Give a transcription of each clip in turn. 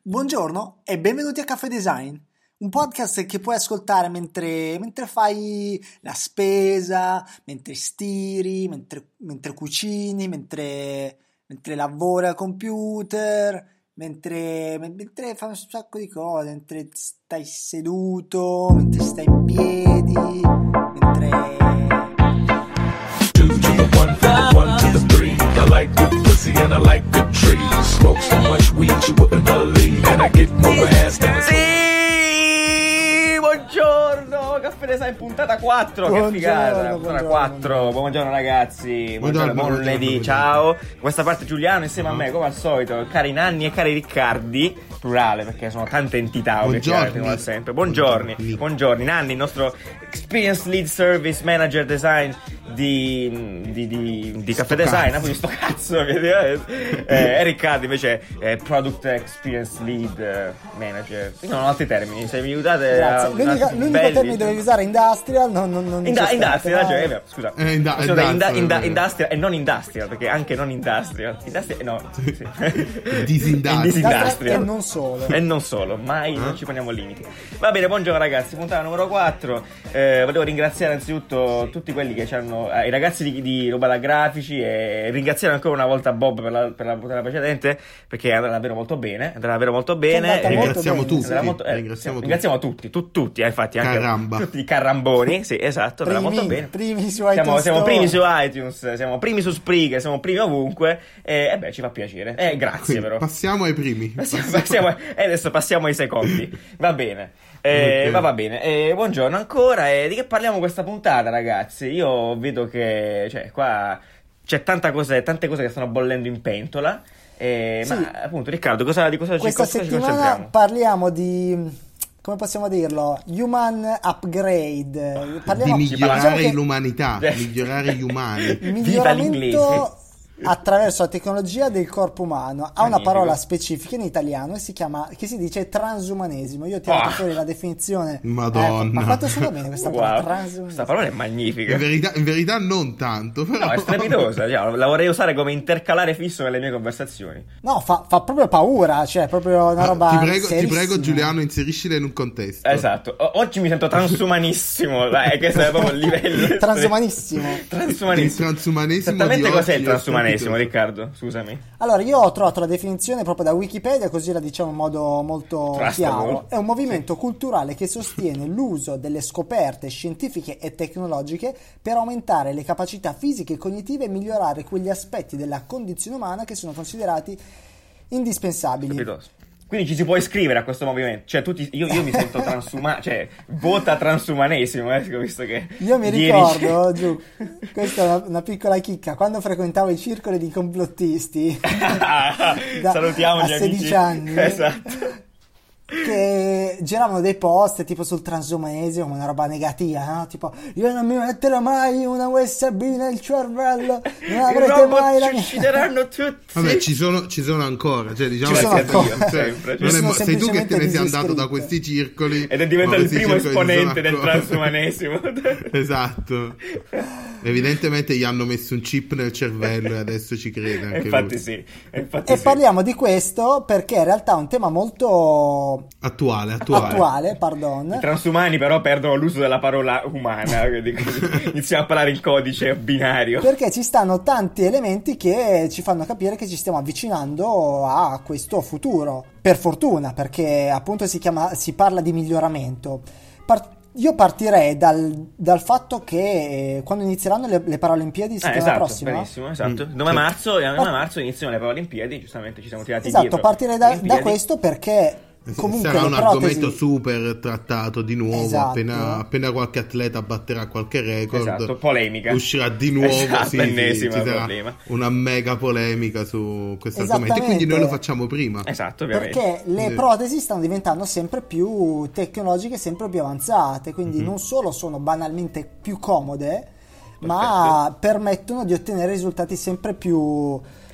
Buongiorno e benvenuti a Caffè Design, un podcast che puoi ascoltare mentre fai la spesa, mentre stiri, mentre cucini, mentre lavori al computer, mentre fai un sacco di cose, mentre stai seduto, mentre stai in piedi, mentre... Two to the one to the three. I like good pussy and I like good trees. Smoke so much weed you wouldn't believe, and I get more ass than a Sì, buongiorno, Caffè Design puntata 4, che figata, puntata 4, buongiorno ragazzi, buon lunedì, ciao, questa parte Giuliano insieme a me come al solito, cari Nanni e cari Riccardi, plurale perché sono tante entità obiettivamente come sempre, buongiorni, Nanni, il nostro Experience Lead Service Manager Design di Caffè Design, quindi sto cazzo e Riccardo invece è Product Experience Lead Manager. Io non ho altri termini, se mi aiutate. Grazie. L'unico termine che dovevi usare industrial non industrial, scusa. Industrial e non industrial, perché anche non industrial. Disindustrial. E non solo, mai non ci poniamo limiti. Va bene, buongiorno ragazzi, puntata numero 4. Volevo ringraziare anzitutto tutti quelli che ci hanno i ragazzi di Roba da Grafici e ringraziare ancora una volta Bob per la puntata precedente perché è andata davvero molto bene. Ringraziamo tutti. Tutti, infatti anche Caramba. tutti i carramboni, sì, esatto, andrà molto bene. Primi su iTunes. Siamo primi su iTunes, siamo primi su Spreaker, siamo primi ovunque e ci fa piacere. Grazie. Quindi, però. passiamo ai primi. Adesso passiamo ai secondi. Va bene. Okay. Va bene. Buongiorno ancora. Di che parliamo questa puntata, ragazzi? Io vedo che qua c'è tante cose che stanno bollendo in pentola. Sì. Ma appunto, Riccardo, di cosa questa ci settimana concentriamo? parliamo di, come possiamo dirlo, human upgrade. Di migliorare l'umanità. migliorare gli umani. Il Viva l'inglese. miglioramento attraverso la tecnologia del corpo umano. Ha una parola specifica in italiano che si dice transumanesimo. Io ho tirato fuori la definizione. Madonna. Ma ha fatto solo bene questa parola, transumanesimo. Questa parola è magnifica. In verità non tanto, però. No, è strepitosa, la vorrei usare come intercalare fisso nelle mie conversazioni. No, fa proprio paura, cioè proprio una roba ti prego Giuliano, inseriscila in un contesto. Esatto, oggi mi sento transumanissimo. Questo è proprio il livello. Transumanissimo. Il transumanesimo. Esattamente cos'è il transumanesimo, strepitoso. Riccardo? Scusami. Allora, io ho trovato la definizione proprio da Wikipedia, così la diciamo in modo molto chiaro. È un movimento culturale che sostiene l'uso delle scoperte scientifiche e tecnologiche per aumentare le capacità fisiche e cognitive e migliorare quegli aspetti della condizione umana che sono considerati indispensabili. Strepitoso. Quindi ci si può iscrivere a questo movimento, cioè io mi sento transumano, cioè vota transumanesimo, visto che io mi ricordo, giù, questa è una piccola chicca, quando frequentavo i circoli di complottisti salutiamo a gli 16 amici. anni, esatto, che giravano dei post tipo sul transumanesimo, una roba negativa, no? Tipo, io non mi metterò mai una USB nel cervello, non avrete mai la mia... ci uccideranno tutti. Vabbè, ci sono ancora, cioè diciamo ci sono ancora. Sempre. Sei tu che te ne sei andato da questi circoli ed è diventato il primo esponente del transumanesimo. Esatto. Evidentemente gli hanno messo un chip nel cervello e adesso ci crede anche infatti lui. Sì. Parliamo di questo perché in realtà è un tema molto attuale. I transumani però perdono l'uso della parola umana, quindi iniziamo a parlare in codice binario. Perché ci stanno tanti elementi che ci fanno capire che ci stiamo avvicinando a questo futuro. Per fortuna, perché appunto si parla di miglioramento. Io partirei dal fatto che quando inizieranno le Paralimpiadi settimana prossima. Benissimo, esatto. 9 marzo iniziano le Paralimpiadi, giustamente ci siamo tirati dietro. Esatto, partirei da questo perché comunque sarà un protesi... argomento super trattato di nuovo. Esatto. Appena qualche atleta batterà qualche record, polemica, uscirà di nuovo. Ci sarà problema. Una mega polemica su questo argomento e quindi noi lo facciamo prima. Esatto, ovviamente. Perché le protesi stanno diventando sempre più tecnologiche, sempre più avanzate, quindi non solo sono banalmente più comode, ma permettono di ottenere risultati sempre più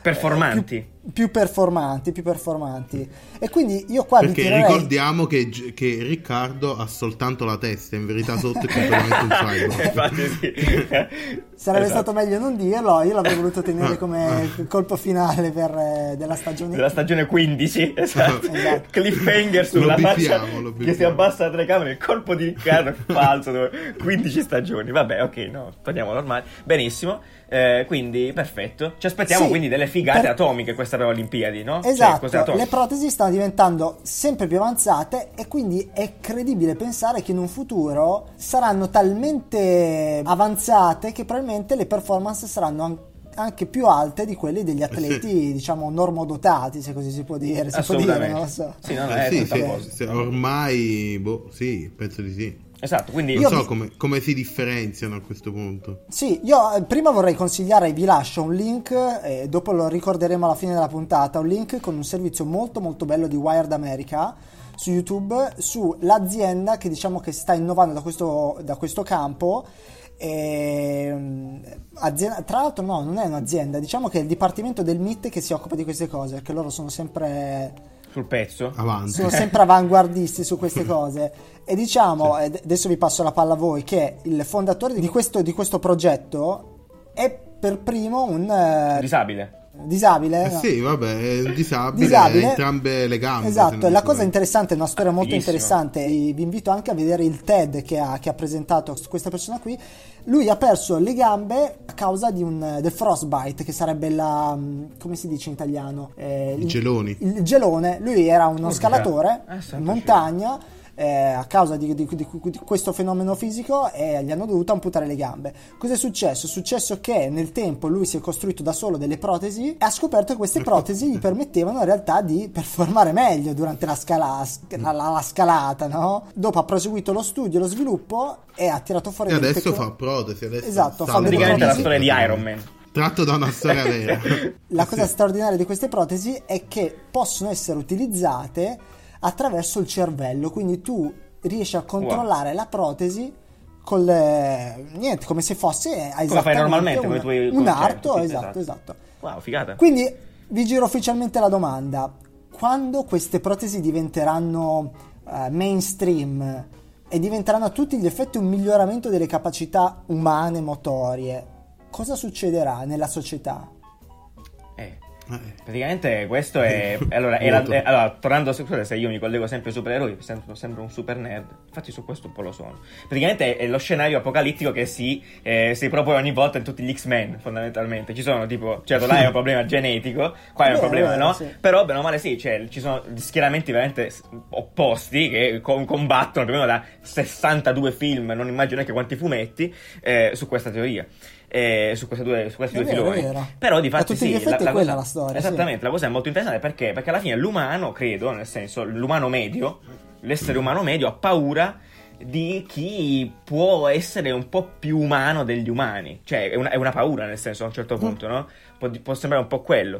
performanti. Più performanti. E quindi io qua perché vi tirerei... ricordiamo che Riccardo ha soltanto la testa, in verità sotto è completamente un cyborg. Infatti sì. Sarebbe stato meglio non dirlo, io l'avrei voluto tenere come colpo finale della stagione 15. Esatto. Cliffhanger sulla faccia che si abbassa la telecamera, il colpo di Riccardo è falso. 15 stagioni, vabbè, ok, no, torniamo normali. Benissimo. Quindi perfetto, ci aspettiamo quindi delle figate atomiche questa per le Olimpiadi, no? Esatto, le protesi stanno diventando sempre più avanzate e quindi è credibile pensare che in un futuro saranno talmente avanzate che probabilmente le performance saranno anche più alte di quelle degli atleti, diciamo, normodotati, se così si può dire. Si può dire, non lo so. Sì, no, è tutto a posto. Ormai, sì, penso di sì. Esatto, quindi non so come si differenziano a questo punto. Sì, io prima vorrei consigliare, vi lascio un link e dopo lo ricorderemo alla fine della puntata, un link con un servizio molto molto bello di Wired America su YouTube, sull'azienda che diciamo che sta innovando da questo campo. Tra l'altro no, non è un'azienda, diciamo che è il dipartimento del MIT che si occupa di queste cose, perché loro sono sempre sul pezzo, avanti, sono sempre avanguardisti su queste cose. E diciamo, adesso vi passo la palla a voi, che il fondatore di questo progetto è per primo un disabile. No? Sì, vabbè, è disabile. Entrambe le gambe. Esatto, la cosa interessante, è una storia molto interessante, e vi invito anche a vedere il TED che ha presentato questa persona qui. Lui ha perso le gambe a causa del frostbite, che sarebbe come si dice in italiano? I geloni. Il gelone. Lui era uno scalatore in montagna, a causa di questo fenomeno fisico, e gli hanno dovuto amputare le gambe. Cosa è successo? È successo che nel tempo lui si è costruito da solo delle protesi e ha scoperto che queste protesi gli permettevano in realtà di performare meglio durante la scalata, no? Dopo ha proseguito lo studio, lo sviluppo e ha tirato fuori e adesso fa protesi. Esatto, fa praticamente la storia di Iron Man, tratto da una storia vera. La cosa straordinaria di queste protesi è che possono essere utilizzate attraverso il cervello, quindi tu riesci a controllare la protesi niente, come se fosse come fai normalmente con i tuoi un arto. Esatto. Wow, figata. Quindi vi giro ufficialmente la domanda: quando queste protesi diventeranno mainstream e diventeranno a tutti gli effetti un miglioramento delle capacità umane motorie, cosa succederà nella società? Praticamente questo è allora, tornando se io mi collego sempre ai supereroi, sembro un super nerd, infatti su questo un po' lo sono. Praticamente è lo scenario apocalittico che si propone ogni volta in tutti gli X-Men, fondamentalmente. Ci sono tipo, certo là è un problema genetico, qua è un problema, no? Sì. Però bene o male sì, ci sono schieramenti veramente opposti che combattono più o meno da 62 film, non immagino neanche quanti fumetti, su questa teoria. Su questi due filoni. Però di fatto a tutti gli effetti è quella la storia. Esattamente, sì. La cosa è molto interessante perché alla fine l'umano, credo, nel senso, l'umano medio, l'essere umano medio ha paura di chi può essere un po' più umano degli umani. Cioè è una paura, nel senso, a un certo punto, no? Può sembrare un po' quello.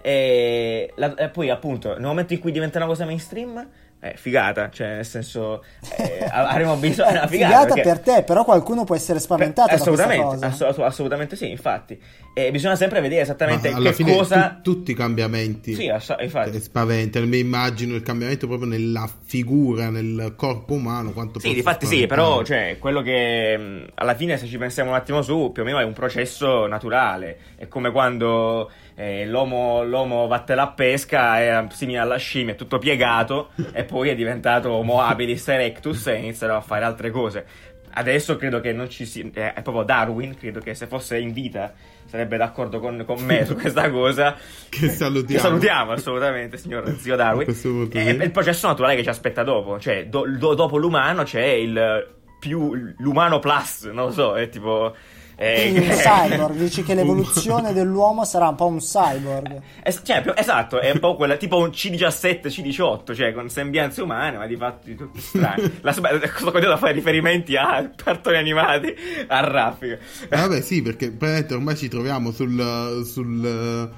E poi appunto nel momento in cui diventa una cosa mainstream, figata, cioè nel senso avremo bisogno una figata perché... per te, però qualcuno può essere spaventato da questa cosa. Assolutamente sì, infatti, bisogna sempre vedere esattamente alla che fine cosa tutti i cambiamenti infatti spaventano. Mi immagino il cambiamento proprio nella figura, nel corpo umano, quanto sì, difatti sì, però cioè quello che alla fine, se ci pensiamo un attimo su, più o meno è un processo naturale. È come quando l'uomo vattene a pesca, è simile alla scimmia, è tutto piegato e poi è diventato Homo habilis erectus e iniziano a fare altre cose. Adesso credo che non ci sia, è proprio Darwin, credo che se fosse in vita sarebbe d'accordo con me su questa cosa. Che salutiamo assolutamente, signor zio Darwin. È il processo naturale che ci aspetta dopo, cioè dopo l'umano c'è l'umano plus, non lo so, è tipo... Quindi un cyborg, dici che l'evoluzione dell'uomo sarà un po' un cyborg. Esatto, è un po' quella tipo un C17, C18, cioè con sembianze umane, ma di fatti tutti strani. Sto continuando a fare riferimenti a cartoni animati a raffica. Vabbè sì, perché ormai ci troviamo sul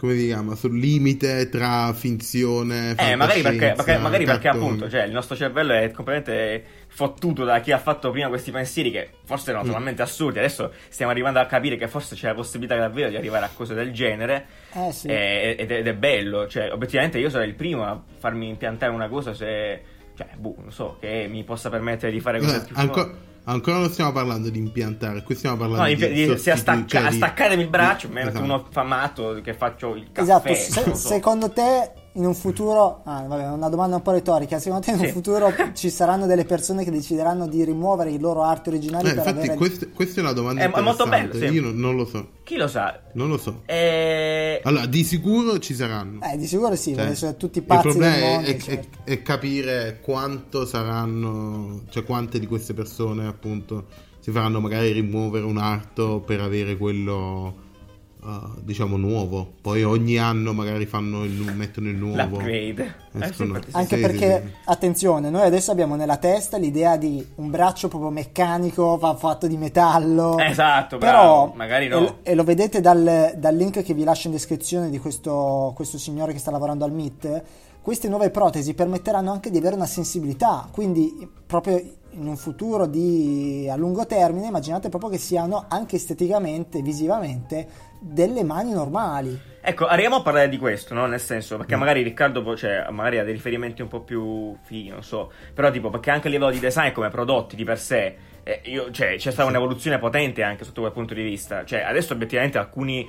come si chiama, sul limite tra finzione, magari perché cartone. appunto, cioè, il nostro cervello è completamente fottuto da chi ha fatto prima questi pensieri che forse erano totalmente assurdi. Adesso stiamo arrivando a capire che forse c'è la possibilità davvero di arrivare a cose del genere. Sì. Ed è bello, cioè, obiettivamente io sarei il primo a farmi impiantare una cosa se, cioè, non so, che mi possa permettere di fare cose più Ancora non stiamo parlando di impiantare, qui stiamo parlando di staccarmi il braccio, mentre uno famato che faccio il caffè. Esatto, secondo te in un futuro, una domanda un po' retorica, secondo te in un futuro ci saranno delle persone che decideranno di rimuovere i loro arti originali per infatti avere... questa è una domanda interessante. Molto bello, sì. Io non lo so. Chi lo sa? Non lo so. Allora, di sicuro ci saranno. Di sicuro sì, cioè, tutti pazzi il problema del mondo, è capire quanto saranno, cioè quante di queste persone appunto si faranno magari rimuovere un arto per avere quello diciamo nuovo. Poi ogni anno magari mettono il nuovo, l'upgrade. Anche perché attenzione, noi adesso abbiamo nella testa l'idea di un braccio proprio meccanico fatto di metallo, esatto, però magari no, e lo vedete dal link che vi lascio in descrizione di questo signore che sta lavorando al MIT. Queste nuove protesi permetteranno anche di avere una sensibilità, quindi proprio in un futuro a lungo termine immaginate proprio che siano anche esteticamente, visivamente delle mani normali. Ecco, arriviamo a parlare di questo, no? Nel senso, perché magari Riccardo magari ha dei riferimenti un po' più fighi, non so, però tipo perché anche a livello di design come prodotti di per sé c'è stata un'evoluzione potente anche sotto quel punto di vista. Cioè adesso obiettivamente alcuni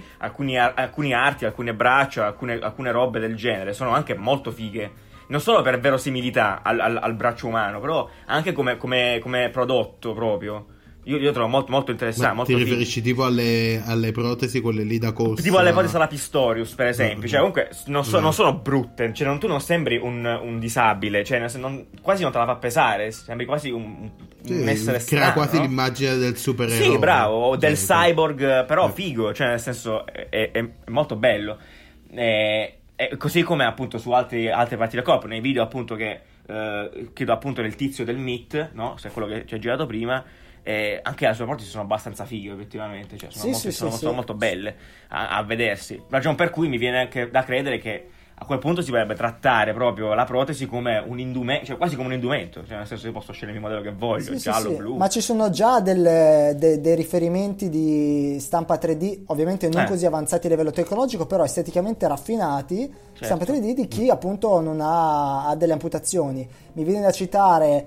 arti, alcune braccia, alcune robe del genere sono anche molto fighe, non solo per verosimilità al braccio umano, però anche come prodotto proprio. Io trovo molto, molto interessante. Molto ti riferisci tipo alle protesi, quelle lì da corsa? Tipo alle protesi alla Pistorius, per esempio. Cioè, comunque non sono brutte. Cioè, tu non sembri un disabile. Cioè, quasi non te la fa pesare. Sembri quasi un essere strano. Crea quasi no? l'immagine del supereroe. Sì, bravo. O del cyborg, però figo. Cioè, nel senso, è molto bello. Così come appunto su altre parti del corpo. Nei video, appunto, che credo appunto del tizio del MIT, no? Se è quello che ci ha girato prima. Anche le sue protesi sono abbastanza fighe, effettivamente, cioè sono molto belle a vedersi. Ragione per cui mi viene anche da credere che a quel punto si potrebbe trattare proprio la protesi come un indumento, cioè quasi come un indumento, cioè nel senso io posso scegliere il modello che voglio, giallo, blu. Ma ci sono già dei riferimenti di stampa 3D, ovviamente non così avanzati a livello tecnologico, però esteticamente raffinati, stampa 3D di chi appunto non ha delle amputazioni. Mi viene da citare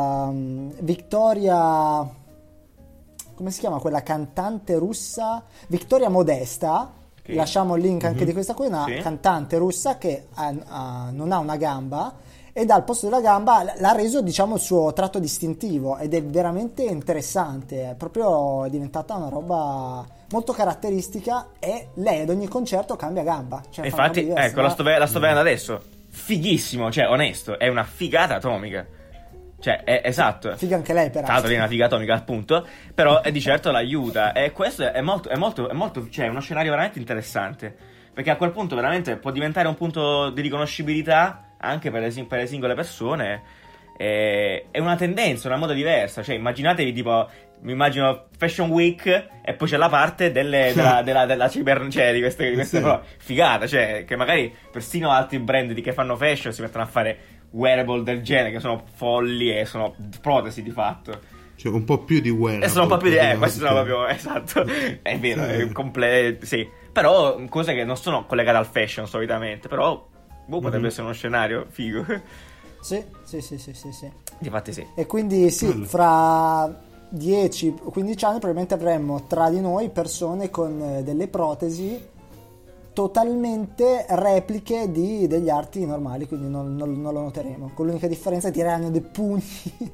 Victoria, come si chiama quella cantante russa? Victoria Modesta. Okay. Lasciamo il link anche di questa qui, una cantante russa che non ha una gamba e dal posto della gamba l'ha reso, diciamo, il suo tratto distintivo ed è veramente interessante, è proprio diventata una roba molto caratteristica e lei ad ogni concerto cambia gamba. Cioè, infatti, ecco, la sto vedendo adesso, fighissimo, cioè onesto, è una figata atomica. Cioè, esatto. Figa anche lei, peraltro. Tra l'altro, è una figa atomica, appunto. Però di certo l'aiuta. E questo è molto. Cioè, uno scenario veramente interessante. Perché a quel punto, veramente può diventare un punto di riconoscibilità anche per le singole persone. È una tendenza, una moda diversa. Cioè, immaginatevi, tipo. Mi immagino Fashion Week e poi c'è la parte della cyber, cioè di queste però, figata. Cioè, che magari persino altri brand che fanno fashion si mettono a fare wearable del genere, che sono folli e sono protesi di fatto. Cioè un po' più di wearable. E sono un po' più di questi sono proprio, esatto. È vero, è completo, sì. Però cose che non sono collegate al fashion solitamente, però potrebbe essere uno scenario figo. Sì. Difatti sì. E quindi fra 10-15 anni probabilmente avremmo tra di noi persone con delle protesi totalmente repliche degli arti normali, quindi non lo noteremo, con l'unica differenza tireranno dei pugni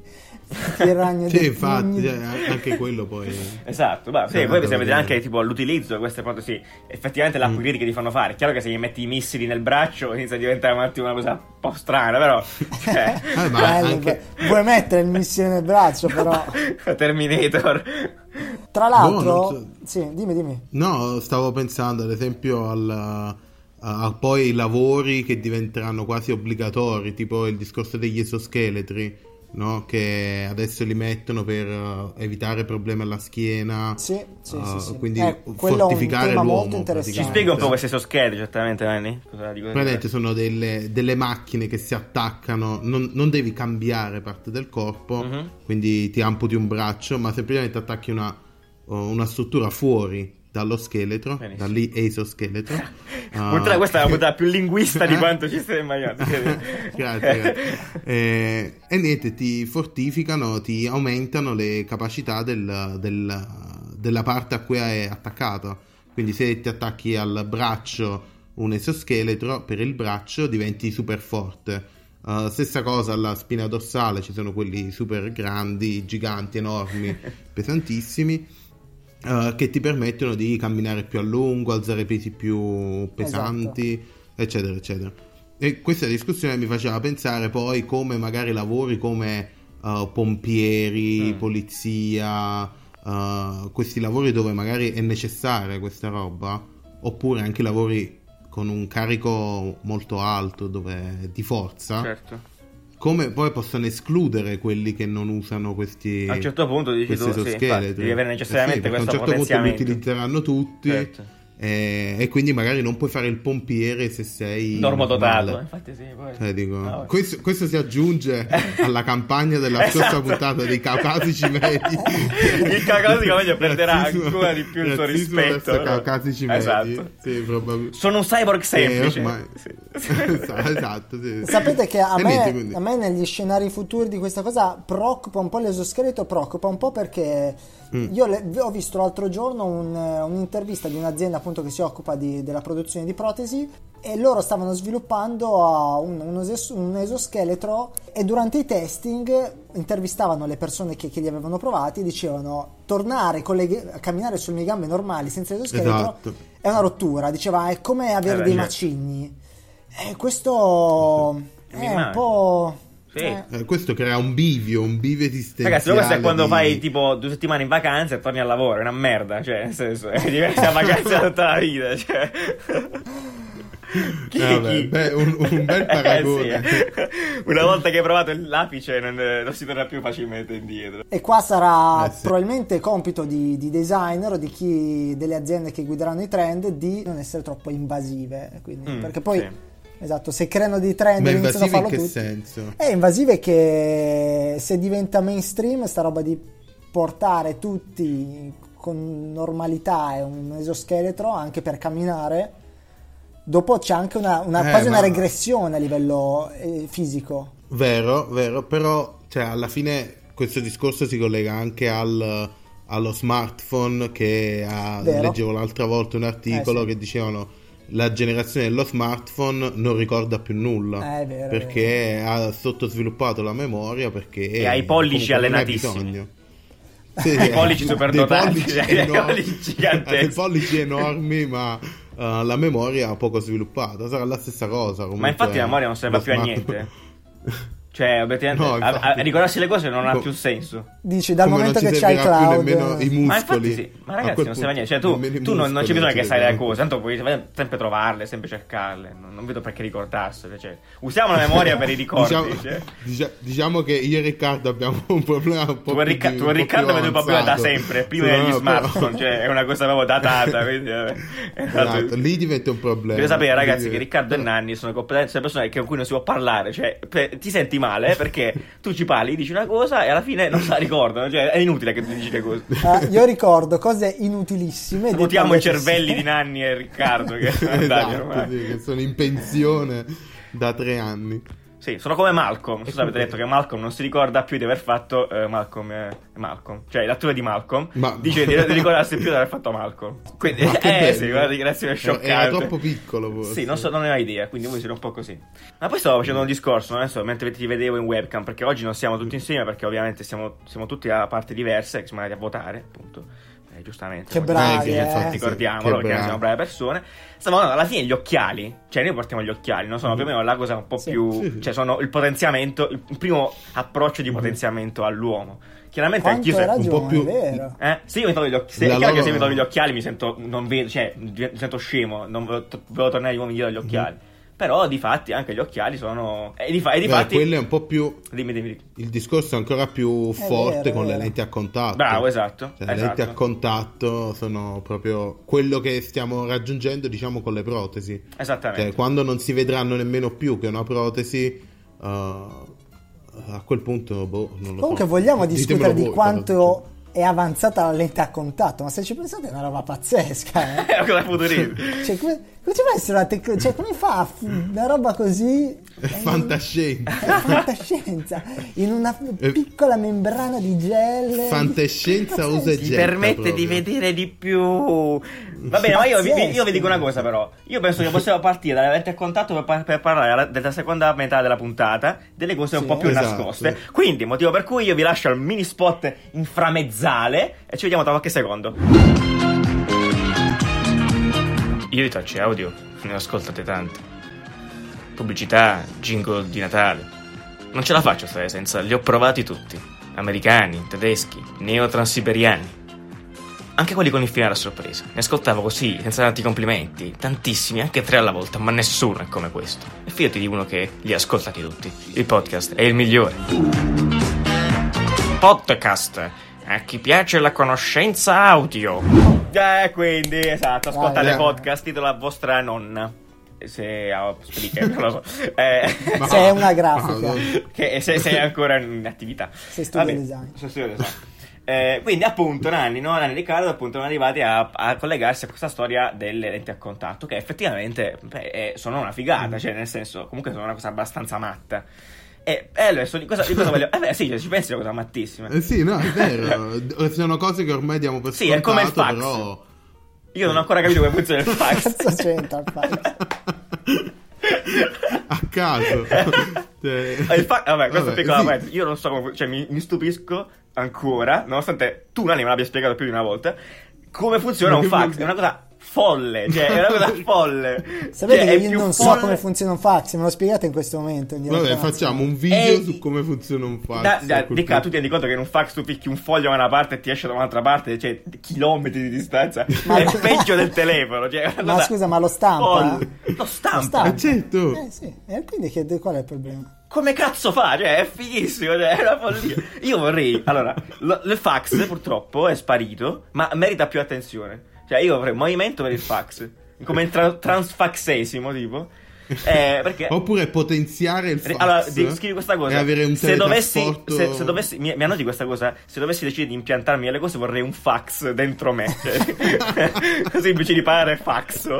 infatti anche quello poi esatto, poi bisogna vedere anche tipo l'utilizzo di queste protesi, effettivamente l'upgrade che ti fanno fare. Chiaro che se gli metti i missili nel braccio inizia a diventare un attimo una cosa un po' strana, però vuoi mettere il missile nel braccio, però Terminator. Tra l'altro sì, dimmi. No, stavo pensando ad esempio a poi i lavori che diventeranno quasi obbligatori, tipo il discorso degli esoscheletri, no? Che adesso li mettono per evitare problemi alla schiena, sì. quindi è fortificare un tema l'uomo. molto interessante. Ci spiega un po' questi esoscheletri, esattamente, Nanni? Praticamente sono delle macchine che si attaccano, non devi cambiare parte del corpo, quindi ti amputi un braccio, ma semplicemente attacchi una struttura fuori dallo scheletro. Benissimo. Da lì esoscheletro. Questa è la puntata più linguista di quanto ci stai immaginando. Grazie. E niente, ti fortificano, ti aumentano le capacità della parte a cui è attaccato. Quindi se ti attacchi al braccio un esoscheletro, per il braccio diventi super forte. Stessa cosa alla spina dorsale, ci sono quelli super grandi, giganti, enormi, pesantissimi, che ti permettono di camminare più a lungo, alzare pesi più pesanti, eccetera eccetera. E questa discussione mi faceva pensare poi come magari lavori come pompieri, polizia, questi lavori dove magari è necessaria questa roba, oppure anche lavori con un carico molto alto dove di forza, certo. Come poi possono escludere quelli che non usano questi a un certo punto dici tu, infatti, devi avere necessariamente questo potenziamento. A un certo punto li utilizzeranno tutti, certo. E quindi magari non puoi fare il pompiere se sei normodotato. Infatti sì, poi... dico, questo si aggiunge alla campagna della scorsa puntata dei caucasici medi. Il caucasico medio perderà ancora di più il suo rispetto, caucasici medi. Esatto. Sì, sono un cyborg semplice, ormai... esatto, sì. Sapete che a me negli scenari futuri di questa cosa preoccupa un po', l'esoscheletro preoccupa un po', perché io ho visto l'altro giorno un'intervista di un'azienda appunto che si occupa della produzione di protesi, e loro stavano sviluppando un esoscheletro, e durante i testing intervistavano le persone che li avevano provati e dicevano: tornare a camminare sulle mie gambe normali senza esoscheletro è una rottura, diceva, è come avere dei macigni, e questo è un po'... questo crea un bivio esistenziale. Ragazzi, questo è quando fai tipo 2 settimane in vacanza e torni al lavoro, è una merda, cioè nel senso è diversa vacanza tutta la vita, cioè. Un bel paragone. Sì. Una volta che hai provato l'apice non si torna più facilmente indietro. E qua sarà probabilmente compito di designer o delle aziende che guideranno i trend di non essere troppo invasive, quindi, perché poi esatto, se creano dei trend e iniziano a farlo tutti. Ma invasive in che senso? È invasive che se diventa mainstream sta roba di portare tutti con normalità e un esoscheletro anche per camminare, dopo c'è anche quasi una regressione a livello fisisico. Vero, però cioè, alla fine questo discorso si collega anche allo smartphone, che leggevo l'altra volta un articolo che dicevano: la generazione dello smartphone non ricorda più nulla, perché ha sottosviluppato la memoria, e ha i pollici allenatissimi. I pollici super dotati, i pollici enormi, ma la memoria poco sviluppata. Sarà la stessa cosa comunque. Ma infatti la memoria non serve più a niente. Cioè, obiettivamente, ricordarsi le cose non ha più senso. Dici, dal momento che c'hai il cloud, nemmeno i muscoli. Ma infatti sì, ma ragazzi non serve a niente. Cioè, tu non c'è bisogno che sai le cose, tanto puoi sempre trovarle, sempre cercarle. Non vedo perché ricordarsele. Cioè, usiamo la memoria per i ricordi. Diciamo che io e Riccardo abbiamo un problema un po' tu e Riccardo avete un problema da sempre, prima degli smartphone, cioè è una cosa proprio datata. Quindi, esatto, lì diventa un problema. Deve sapere, ragazzi, che Riccardo e Nanni sono completamente persone con cui non si può parlare. Cioè, ti senti male perché tu ci parli, dici una cosa e alla fine non se la ricordano, cioè è inutile che tu dici le cose. Io ricordo cose inutilissime. Votiamo i cervelli di Nanni e Riccardo che sono andati che sono in pensione da 3 anni. Sì, sono come Malcolm. Non so se avete detto che Malcolm non si ricorda più di aver fatto Malcolm, cioè l'attore di Malcolm dice di ricordarsi più di aver fatto Malcolm. Quindi sì, una dichiarazione scioccante. Era troppo piccolo forse. Sì, non aveva idea, quindi voi siete un po' così. Ma poi stavo facendo un discorso, adesso mentre ti vedevo in webcam, perché oggi non siamo tutti insieme, perché ovviamente siamo tutti a parti diverse, che siamo andati a votare, appunto. Giustamente, che bravi, ricordiamolo, perché siamo brave persone. Stiamo alla fine gli occhiali, cioè noi portiamo gli occhiali, non sono più o meno la cosa un po' più, cioè sono il potenziamento, il primo approccio di potenziamento all'uomo. Chiaramente anch'io un po' più vero. Se io mi tolgo gli occhiali, se mi tolgo gli occhiali mi sento non vedo, cioè mi sento scemo, non volevo tornare agli uomini dietro gli occhiali. Però di fatti anche gli occhiali sono... quello è un po' più... Dimmi. Il discorso è ancora più forte vero, con è le vero. lenti a contatto. Bravo, esatto. Cioè, le lenti a contatto sono proprio quello che stiamo raggiungendo, diciamo, con le protesi. Esattamente. Cioè, quando non si vedranno nemmeno più che una protesi, a quel punto, non lo Comunque so. vogliamo Ditemelo discutere di voi, quanto è avanzata la lente a contatto, ma se ci pensate è una roba pazzesca, È una cosa futuristica. Cioè, come ci può essere una tecnologia? Cioè, come fa una roba così? È fantascienza. È fantascienza. In una piccola membrana di gel. Fantascienza usa e Ti getta permette proprio. di vedere di più. Va bene, ma io vi dico una cosa però. Io penso che possiamo partire dalle lenti a contatto per parlare della seconda metà della puntata, delle cose un Sì. po' più Esatto. nascoste. Quindi, motivo per cui io vi lascio al mini spot inframezzale e ci vediamo tra qualche secondo. Io i tracce audio ne ho ascoltate tante. Pubblicità, jingle di Natale. Non ce la faccio stare senza, li ho provati tutti. Americani, tedeschi, neo-transiberiani. Anche quelli con il finale a sorpresa. Ne ascoltavo così, senza tanti complimenti. Tantissimi, anche 3 alla volta, ma nessuno è come questo. E fidati di uno che li ha ascoltati tutti. Il podcast è il migliore. Podcast. A chi piace la conoscenza audio. Quindi, esatto, ascoltate podcast, titolo a vostra nonna. Se Spreaker, non lo so. Se è una grafica. Che se sei ancora in attività. Se studia design. Se studia design. Quindi appunto Nanni e Riccardo appunto sono arrivati a collegarsi a questa storia delle lenti a contatto, che effettivamente sono una figata, cioè nel senso comunque sono una cosa abbastanza matta. E adesso di cosa voglio... sì, ci pensi una cosa mattissima. Sì, no, è vero. Sono cose che ormai diamo per Sì, è come il fax. però... Io non ho ancora capito come funziona il fax. Cazzo c'entra il fax? A caso. Vabbè, questo è piccolo sì. parentesi. Io non so come cioè mi stupisco ancora, nonostante tu Nani me l'abbia spiegato più di una volta, come funziona Ma un che fax. vuol dire? È una cosa folle, cioè è una cosa folle. Sapete Cioè, che è io più non so folle- come funziona un fax, me lo spiegate in questo momento. in diretta Vabbè, nazionale. facciamo un video Ehi. su come funziona un fax. Dica, tu ti rendi conto che in un fax tu picchi un foglio da una parte e ti esce da un'altra parte, cioè chilometri di distanza. Ma- È peggio del telefono. Cioè, è una Ma cosa scusa, ma lo stampa? folle. Lo stampa. Certo. Sì. E quindi qual è il problema? Come cazzo fa? Cioè, è fighissimo, cioè, è una follia. Io vorrei... Allora, il fax purtroppo è sparito, ma merita più attenzione. Cioè, io vorrei un movimento per il fax. Come il transfaxesimo, tipo. Perché... Oppure potenziare il fax. Allora, scrivi questa cosa. E avere un se dovessi, teletrasporto... se dovessi mi annoti questa cosa. Se dovessi decidere di impiantarmi le cose, vorrei un fax dentro me. Cioè, così invece di parlare faxo.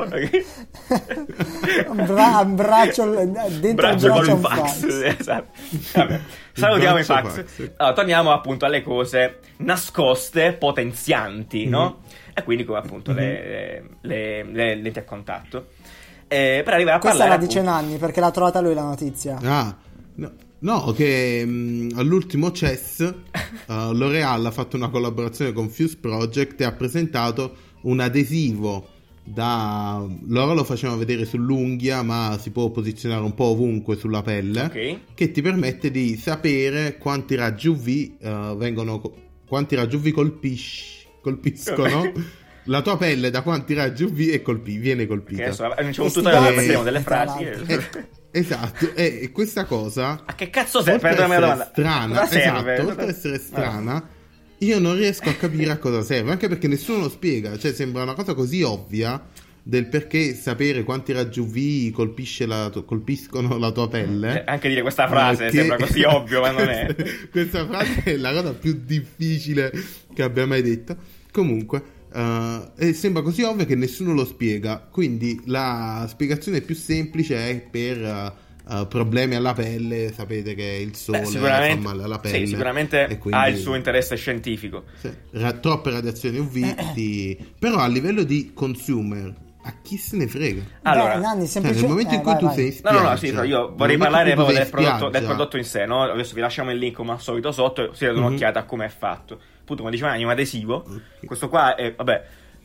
Un braccio dentro Braccio il con braccio il un fax. fax. Esatto. Vabbè. Salutiamo i braccio fax. fax. Allora, torniamo appunto alle cose nascoste, potenzianti, no? E quindi come appunto le lenti a contatto. Per arrivare a Questa parlare la dice Nanni perché l'ha trovata lui la notizia. No, che all'ultimo CES L'Oreal ha fatto una collaborazione con Fuse Project e ha presentato un adesivo loro lo facevano vedere sull'unghia, ma si può posizionare un po' ovunque sulla pelle, Ok. che ti permette di sapere quanti raggi UV quanti raggi UV colpiscono la tua pelle, da quanti raggi UV viene colpita. Che adesso c'è un E tutorial dove sti metteremo delle cazzi, frasi. Esatto, e questa cosa A che cazzo serve? oltre Perdonami la ad domanda. essere strana, Cosa serve? esatto, oltre ad essere strana, io non riesco a capire a cosa serve, anche perché nessuno lo spiega, cioè sembra una cosa così ovvia del perché sapere quanti raggi UV colpiscono la tua pelle. Anche dire questa frase Perché- sembra così ovvio, ma non è. Questa frase è la cosa più difficile che abbia mai detto. Comunque e sembra così ovvio che nessuno lo spiega, quindi la spiegazione più semplice è per problemi alla pelle. Sapete che il sole fa male alla pelle, sì, sicuramente e quindi, ha il suo interesse scientifico. sì, troppe radiazioni UV però a livello di consumer a chi se ne frega? Allora, Beh, Nanni, Cioè, nel momento in cui tu sei in spiaggia, no, sì, io vorrei parlare proprio del prodotto in sé, no? Adesso vi lasciamo il link come al solito sotto, si date un'occhiata a come è fatto. Appunto, come diceva Nanni, un adesivo. Questo qua è, vabbè,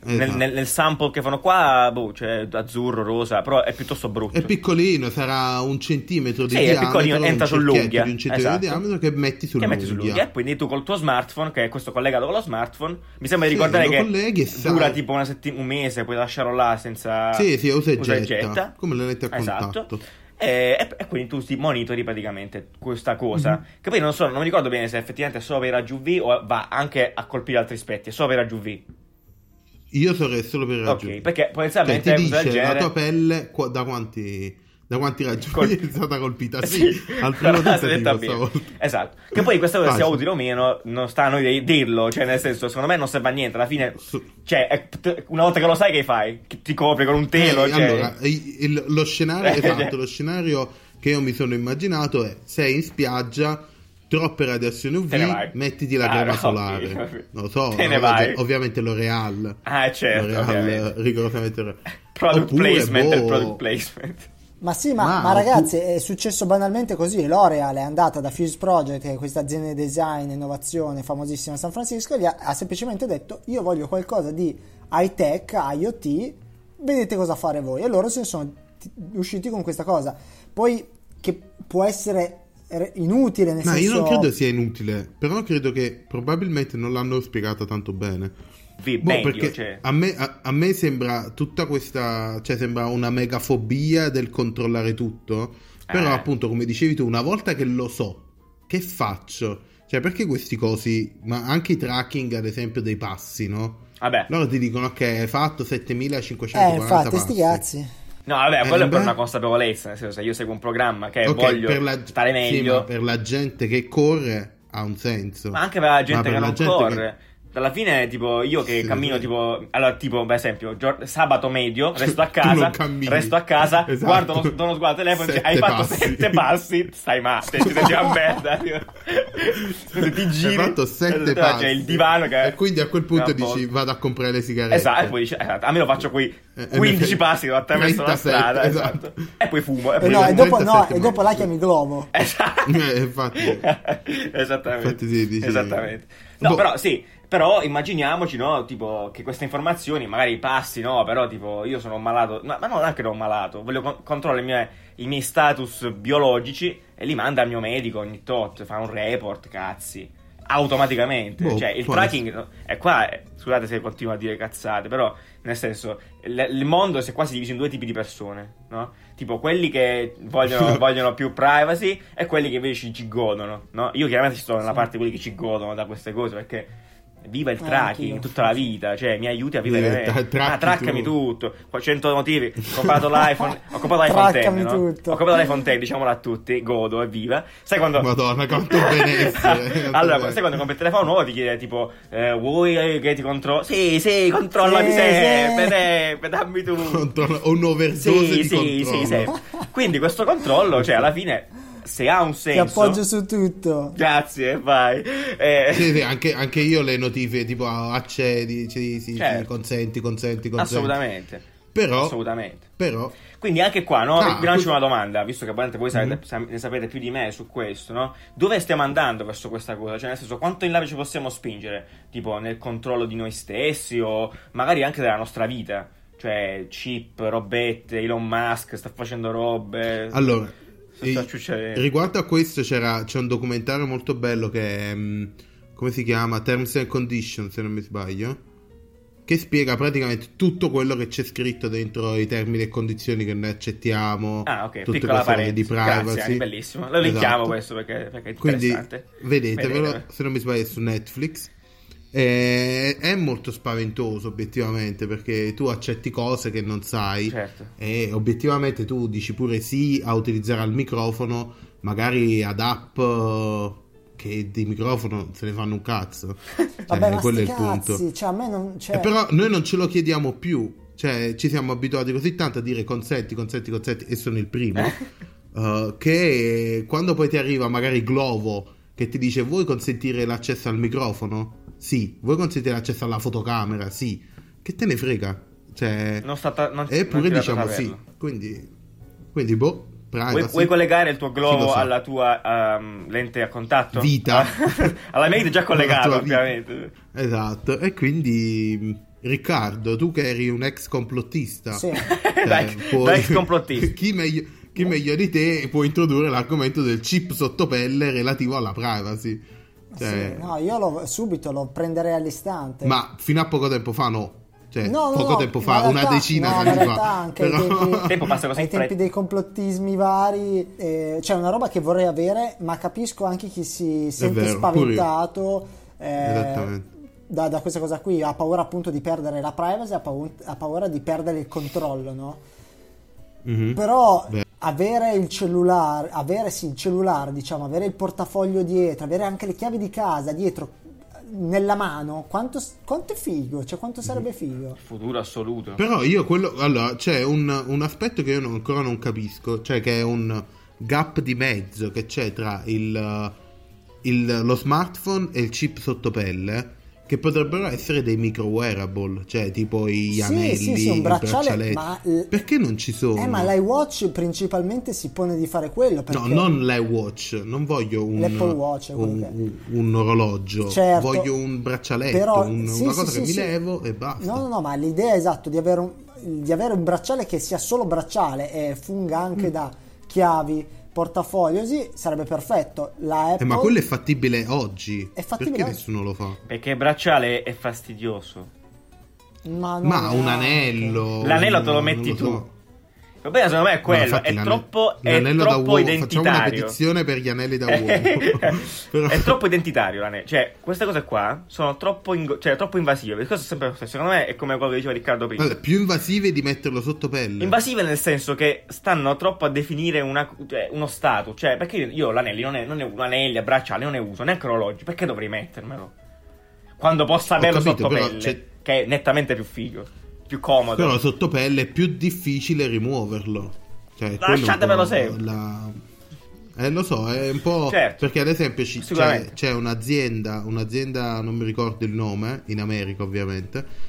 Esatto. Nel sample che fanno qua, c'è azzurro, rosa, però è piuttosto brutto. È piccolino, sarà 1 centimetro di sì, diametro. È piccolino, entra sull'unghia. Di 1 centimetro di diametro che metti sull'unghia. E quindi tu col tuo smartphone, che è questo collegato con lo smartphone, mi sembra di ricordare che dura tipo un mese, puoi lasciarlo là senza... Sì, usa e getta. Come le lette a contatto. Esatto. E quindi tu ti monitori praticamente questa cosa, che poi non mi ricordo bene se effettivamente è solo per i raggi UV o va anche a colpire altri aspetti. È solo per i raggi UV. Io sarei solo per i raggi UV. Ok, perché potenzialmente ti dice genere... la tua pelle da quanti raggi UV è stata colpita. Sì, al primo tentativo stavolta. Esatto. Che poi questa cosa sia utile o meno non sta a noi dirlo, cioè nel senso, secondo me non serve a niente alla fine. Cioè una volta che lo sai, che fai? Ti copri con un telo, cioè... Allora lo scenario esatto, lo scenario che io mi sono immaginato è: sei in spiaggia, troppe radiazioni UV, mettiti la crema solare. Non lo so, ovviamente L'Oreal. Certo, L'Oreal, rigorosamente product placement. Ma sì, ma ragazzi, è successo banalmente così. L'Oreal è andata da Fuse Project, che è questa azienda di design e innovazione famosissima a San Francisco, e ha semplicemente detto: io voglio qualcosa di high tech, IoT, vedete cosa fare voi. E loro se ne sono usciti con questa cosa. Poi, che può essere inutile, nel senso... io non credo sia inutile, però credo che probabilmente non l'hanno spiegata tanto bene. Perché cioè... a me sembra tutta questa, cioè sembra una megafobia del controllare tutto, però appunto, come dicevi tu, una volta che lo so, che faccio? Cioè, perché questi cosi, ma anche i tracking ad esempio dei passi, no? Vabbè. Loro ti dicono ok, hai fatto 7540 infatti, passi. Sti cazzi. No, vabbè, quello è per una consapevolezza, nel senso, se io seguo un programma che voglio stare meglio... Sì, ma per la gente che corre ha un senso. Ma anche per la gente che non corre. Alla fine, tipo, io che cammino, tipo, allora, tipo, per esempio, sabato medio, resto a casa, esatto. Guardo, do uno sguardo al telefono e dice: hai fatto 7 passi, stai male, ti senti una merda, ti giri, hai fatto 7 passi, c'è il divano che... E quindi a quel punto dici: vado a comprare le sigarette. Esatto, e poi dici: a me lo faccio quei 15 passi che ho attraverso la strada, esatto. E poi fumo. E dopo la chiami Globo. Esatto. Infatti. Esattamente. Infatti sì, dici... Esattamente. No, però sì. Però immaginiamoci, no, tipo, che queste informazioni magari passi, no, però tipo io sono un malato, ma non anche non malato, voglio controllare i miei status biologici e li manda al mio medico ogni tot, fa un report, cazzi, automaticamente. Cioè il tracking è qua, scusate se continuo a dire cazzate, però nel senso il mondo si è quasi diviso in 2 tipi di persone, no? Tipo quelli che vogliono più privacy e quelli che invece ci godono, no? Io chiaramente sto nella parte di quelli che ci godono da queste cose, perché viva il tracking tutta la vita, cioè mi aiuti a vivere traccami tutto. 100 motivi. Ho comprato l'iPhone, ho comprato l'iPhone X, no? Ho comprato l'iPhone X, diciamolo a tutti, godo, evviva. Sai quando... Madonna, quanto benessere. Allora, sai quando compri il telefono nuovo ti chiede tipo vuoi che ti controllo? Sì, controllami sempre, dammi tu. Un overdose di controllo. Sì. Quindi questo controllo, cioè alla fine, se ha un senso, ti appoggio su tutto. Grazie, vai. Sì, anche io le notifiche tipo accedi, certo. consenti. Assolutamente. Però quindi anche qua, no? Vi lancio una domanda, visto che voi ne sapete più di me su questo, no? Dove stiamo andando verso questa cosa? Cioè, nel senso, quanto in là ci possiamo spingere? Tipo nel controllo di noi stessi o magari anche della nostra vita? Cioè, chip, robette, Elon Musk sta facendo robe. Allora, riguardo a questo c'è un documentario molto bello che è, come si chiama? Terms and Conditions, se non mi sbaglio, che spiega praticamente tutto quello che c'è scritto dentro i termini e condizioni che noi accettiamo. Ok, tutte piccola cose di privacy. Grazie, bellissimo. Lo linkiamo questo perché è interessante. Quindi vedetevelo, se non mi sbaglio è su Netflix. È molto spaventoso obiettivamente, perché tu accetti cose che non sai, certo. E obiettivamente tu dici pure sì a utilizzare il microfono, magari ad app che di microfono se ne fanno un cazzo. Vabbè, ma quello è il cazzi, punto. cioè, a me non, però noi non ce lo chiediamo più, cioè ci siamo abituati così tanto a dire consenti e sono il primo che quando poi ti arriva magari Glovo che ti dice vuoi consentire l'accesso al microfono? Sì. Vuoi consentire l'accesso alla fotocamera? Sì. Che te ne frega? Cioè, eppure diciamo sì. Quindi privacy. Vuoi collegare il tuo Glovo alla tua lente a contatto? Vita. Alla mia vita è già collegato, ovviamente. Esatto. E quindi Riccardo, tu che eri un ex complottista, Sì. Da ex complottista. chi meglio di te può introdurre l'argomento del chip sottopelle relativo alla privacy? Cioè, Sì, no, io subito lo prenderei all'istante. ma fino a poco tempo fa no. Cioè, No, poco tempo fa, ma in una realtà- decina no, di ma in anni realtà fa. anche Però... Il tempo passa così ai in tempi fretta. dei complottismi vari, c'è una roba che vorrei avere, ma capisco anche chi si sente vero, spaventato Esattamente. da questa cosa qui, ha paura appunto di perdere la privacy, ha paura di perdere il controllo, no? Mhm. Però Beh. avere il cellulare, diciamo, avere il portafoglio dietro, avere anche le chiavi di casa dietro nella mano, quanto è figo, cioè quanto sarebbe figo. Futuro assoluto. Però allora, c'è un aspetto che io ancora non capisco, cioè che è un gap di mezzo che c'è tra lo smartphone e il chip sottopelle, che potrebbero essere dei micro wearable, cioè tipo gli anelli, sì, un i bracciale, braccialetti. Perché non ci sono? Ma l'iWatch principalmente si pone di fare quello, perché No, non l'iWatch, non voglio l'Apple Watch, quello che è. un orologio, Certo, voglio un braccialetto, però, una cosa che mi levo e basta. No, ma l'idea è esatto di avere un bracciale che sia solo bracciale e funga anche da chiavi, portafoglio, così sarebbe perfetto. La Apple Ma quello è fattibile oggi. È fattibile Perché oggi. nessuno lo fa? Perché il bracciale è fastidioso. ma Ma un neanche. anello. L'anello te lo non metti so. tu. Il problema secondo me è quello, Infatti, è troppo l'anello da uomo. Facciamo una identitario. petizione per gli anelli da uomo. Però- È troppo identitario l'anello. Cioè, queste cose qua sono troppo, troppo invasive. Perché questo è sempre, secondo me è come quello che diceva Riccardo prima. Vabbè, più invasive di metterlo sotto pelle. Invasive nel senso che stanno troppo a definire uno status. Cioè, perché io l'anelli non è anelli, bracciali, non ne uso, neanche orologi. Perché dovrei mettermelo? Quando possa averlo capito, sotto però pelle, c'è- che è nettamente più figo, più comodo. Però sotto pelle è più difficile rimuoverlo. Cioè, Lasciatemelo quello è un po' sempre. Lo so, è un po'. Certo. Perché ad esempio Sicuramente. c'è un'azienda, non mi ricordo il nome, in America ovviamente,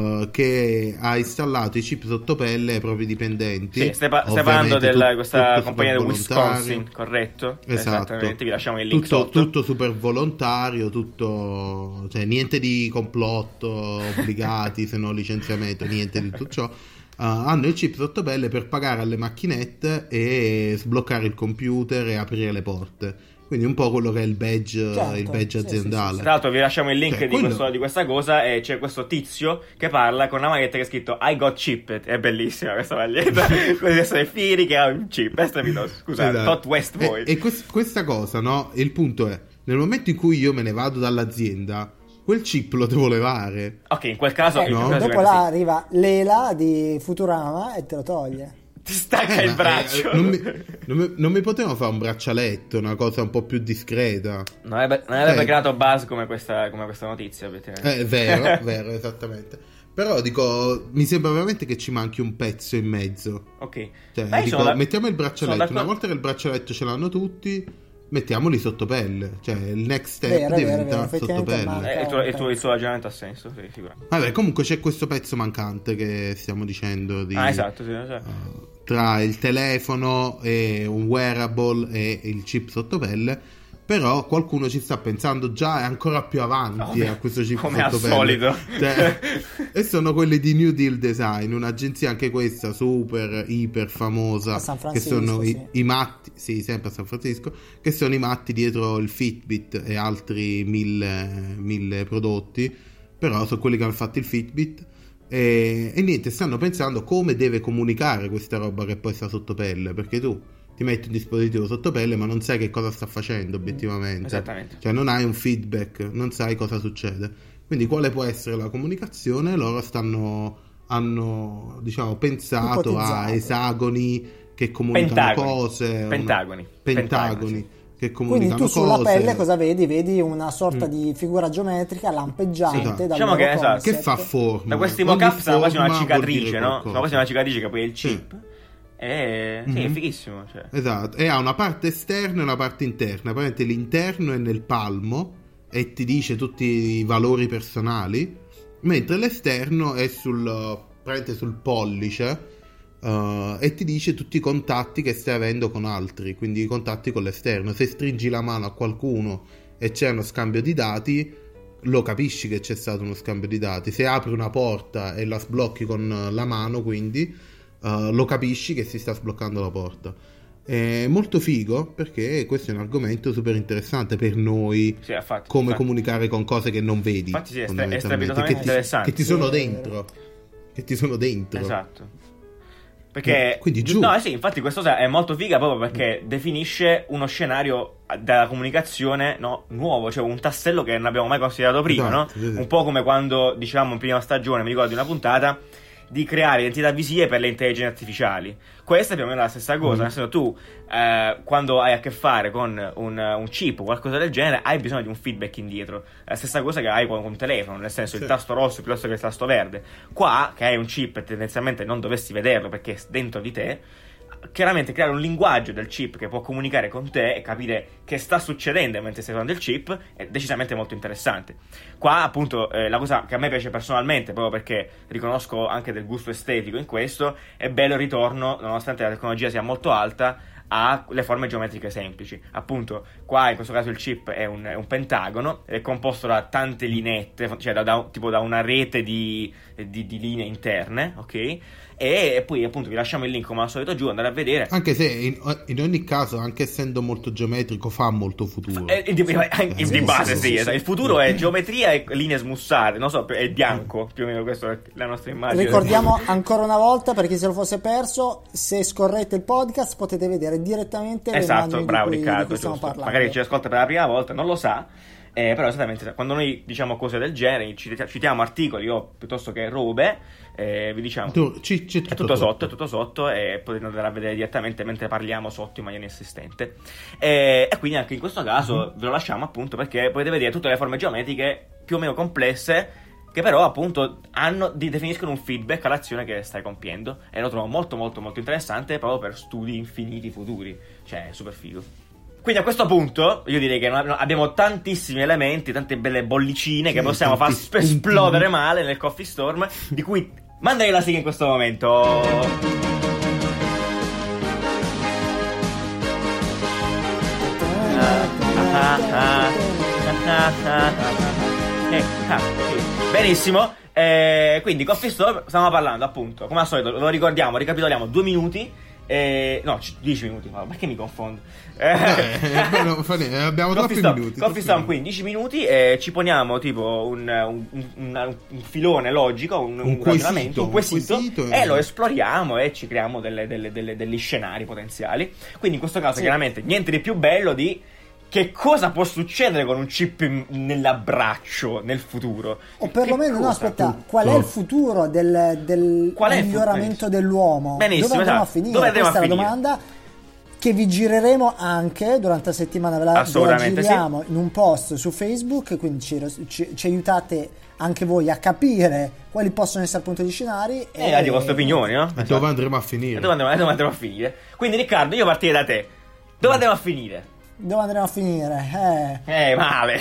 che ha installato i chip sotto pelle ai propri dipendenti. Sì, stai parlando di questa tutto compagnia del super volontario. Wisconsin, corretto? Esatto. Esattamente, vi lasciamo il link sotto. Tutto super volontario, tutto, cioè niente di complotto, obbligati, se no licenziamento, niente di tutto ciò. Hanno il chip sotto pelle per pagare alle macchinette e sbloccare il computer e aprire le porte. Quindi un po' quello che è il badge, Certo, il badge sì, aziendale. Tra l'altro vi lasciamo il link Cioè, di quello- questa cosa e c'è questo tizio che parla con una maglietta che è scritto I got chipped. È bellissima questa maglietta. Così essere fieri che ha un chip. È strepitoso. Scusate, Esatto. Tot West Boy. E questa cosa, no? Il punto è, nel momento in cui io me ne vado dall'azienda, quel chip lo devo levare. Ok, in quel caso, no? Dopo là arriva Lela di Futurama e te lo toglie. ti stacca il Ma, braccio. non mi potevano fare un braccialetto, una cosa un po' più discreta. Non avrebbe creato buzz come questa notizia. È vero, esattamente. Però dico, mi sembra veramente che ci manchi un pezzo in mezzo. Ok. Cioè, Ma io dico, sono da- mettiamo il sono braccialetto. d'accordo- Una volta che il braccialetto ce l'hanno tutti, mettiamoli sotto pelle. Cioè, il next step Vero, diventa sotto effettivamente pelle. manca. il tuo ragionamento ha senso, sì, sicuramente. Vabbè, comunque c'è questo pezzo mancante che stiamo dicendo di, Esatto, sì. tra il telefono e un wearable e il chip sotto pelle. Però qualcuno ci sta pensando già e ancora più avanti a questo chip come sotto al pelle. solito. Cioè, e sono quelli di New Deal Design, un'agenzia anche questa super iper famosa, A San che sono Francisco, i matti, sì, sempre a San Francisco, che sono i matti dietro il Fitbit e altri mille prodotti. Però sono quelli che hanno fatto il Fitbit. E niente, stanno pensando come deve comunicare questa roba che poi sta sotto pelle, perché tu ti metti un dispositivo sotto pelle ma non sai che cosa sta facendo obiettivamente. Esattamente. Cioè non hai un feedback, non sai cosa succede. Quindi quale può essere la comunicazione? Loro hanno diciamo pensato a Ipotizzato. esagoni che comunicano Pentagoni. cose, Pentagoni. pentagoni che Quindi comunicano tu sulla cose. pelle cosa vedi? Vedi una sorta di figura geometrica lampeggiante Sì. dal Diciamo loro che, esatto, concept. Che fa forma. Da questi Ogni mock-up sono quasi una forma vuol cicatrice, dire no? qualcosa. Sono quasi una cicatrice che poi è il Sì. chip. Sì, è fighissimo. Cioè. Esatto, e ha una parte esterna e una parte interna. Praticamente l'interno è nel palmo e ti dice tutti i valori personali, mentre l'esterno è praticamente sul pollice e ti dice tutti i contatti che stai avendo con altri, quindi i contatti con l'esterno. Se stringi la mano a qualcuno e c'è uno scambio di dati, lo capisci che c'è stato uno scambio di dati. Se apri una porta e la sblocchi con la mano, quindi lo capisci che si sta sbloccando la porta. È molto figo, perché questo è un argomento super interessante per noi, Sì, infatti, come comunicare con cose che non vedi. Infatti sì, è fondamentalmente, estremamente interessante. che ti sono dentro. Che ti sono dentro. Esatto. Perché quindi giù. No, sì, infatti questa cosa è molto figa proprio perché definisce uno scenario della comunicazione, no, nuovo, cioè un tassello che non abbiamo mai considerato prima, Esatto, no? sì. Un po' come quando dicevamo in prima stagione, mi ricordo di una puntata, di creare identità visive per le intelligenze artificiali. Questa è più o meno la stessa cosa, nel senso tu quando hai a che fare con un chip o qualcosa del genere hai bisogno di un feedback indietro. È la stessa cosa che hai con un telefono, nel senso il tasto rosso piuttosto che il tasto verde. Qua che hai un chip e tendenzialmente non dovresti vederlo perché è dentro di te, chiaramente creare un linguaggio del chip che può comunicare con te e capire che sta succedendo mentre stai usando il chip è decisamente molto interessante. Qua appunto la cosa che a me piace personalmente, proprio perché riconosco anche del gusto estetico in questo, è bello il ritorno, nonostante la tecnologia sia molto alta, alle forme geometriche semplici. Appunto qua in questo caso il chip è un pentagono, è composto da tante linette, cioè tipo da una rete di linee interne, ok? E poi appunto vi lasciamo il link come al solito giù, andare a vedere. Anche se in ogni caso, anche essendo molto geometrico, fa molto futuro. Di base sì. Il futuro è geometria e linee smussate, non so, è bianco, più o meno questa è la nostra immagine. Ricordiamo ancora una volta, per chi se lo fosse perso, se scorrete il podcast potete vedere direttamente le immagini bravo di cui Riccardo, stiamo giusto. parlando. Magari ci ascolta per la prima volta, non lo sa. Però esattamente quando noi diciamo cose del genere, citiamo articoli o piuttosto che robe, vi diciamo È tutto sotto e potete andare a vedere direttamente mentre parliamo sotto in maniera insistente. E quindi anche in questo caso ve lo lasciamo appunto perché potete vedere tutte le forme geometriche più o meno complesse che però appunto definiscono un feedback all'azione che stai compiendo, e lo trovo molto molto molto interessante proprio per studi infiniti futuri, cioè è super figo. Quindi a questo punto io direi che abbiamo tantissimi elementi, tante belle bollicine che possiamo far esplodere male nel Coffee Storm, di cui manderei la sigla in questo momento. Benissimo. Quindi Coffee Storm, stiamo parlando appunto, come al solito, lo ricordiamo, ricapitoliamo 2 minuti. No, 10 minuti, ma perché mi confondo? Abbiamo troppi minuti. Coffee Storm, quindi 10 minuti e ci poniamo tipo un filone logico, un ragionamento, un quesito e lo esploriamo e ci creiamo degli scenari potenziali. Quindi in questo caso chiaramente niente di più bello di che cosa può succedere con un chip nell'abbraccio nel futuro? O perlomeno, no, aspetta, qual è il futuro del miglioramento dell'uomo? Benissimo, dove andremo a finire? Dove Questa è la finire? domanda che vi gireremo anche durante la settimana, ve la giriamo in un post su Facebook, quindi ci aiutate anche voi a capire quali possono essere appunto gli scenari e date le vostre opinioni, no? E dove andremo a finire? Dove andremo a finire? Quindi Riccardo, io partirei da te. Dove andremo a finire? Dove andremo a finire? Male.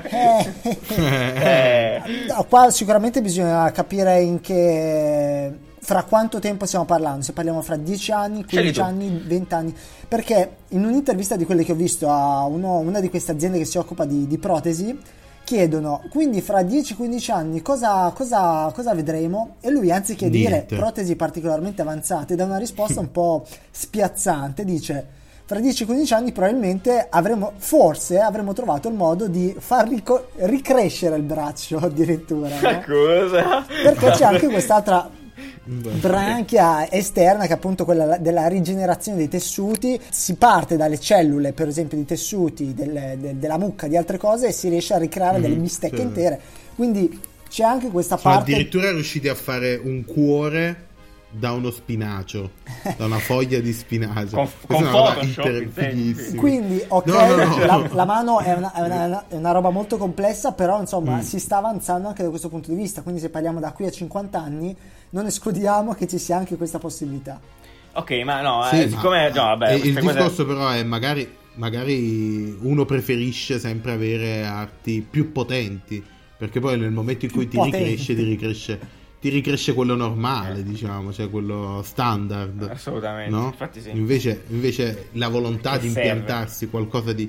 No, qua sicuramente bisogna capire fra quanto tempo stiamo parlando, se parliamo fra 10 anni, 15 anni, 20 anni, perché in un'intervista di quelle che ho visto a una di queste aziende che si occupa di protesi, chiedono quindi fra 10-15 anni cosa vedremo, e lui anziché dire protesi particolarmente avanzate dà una risposta un po' spiazzante, dice fra 10-15 anni probabilmente avremo trovato il modo di far ricrescere il braccio addirittura, no? Cosa? Perché c'è anche quest'altra branchia esterna che è appunto quella della rigenerazione dei tessuti. Si parte dalle cellule per esempio di tessuti della mucca, di altre cose, e si riesce a ricreare delle bistecche intere, quindi c'è anche questa parte. Addirittura riusciti a fare un cuore da uno spinacio, da una foglia di spinacio, con Photoshop, quindi no. La mano è una roba molto complessa, però insomma si sta avanzando anche da questo punto di vista, quindi se parliamo da qui a 50 anni non escludiamo che ci sia anche questa possibilità. Ok, ma no, siccome il discorso però è magari uno preferisce sempre avere arti più potenti, perché poi nel momento in cui ti ricresce quello normale, diciamo, cioè quello standard. Assolutamente, no? Infatti sì. Invece la volontà di impiantarsi qualcosa di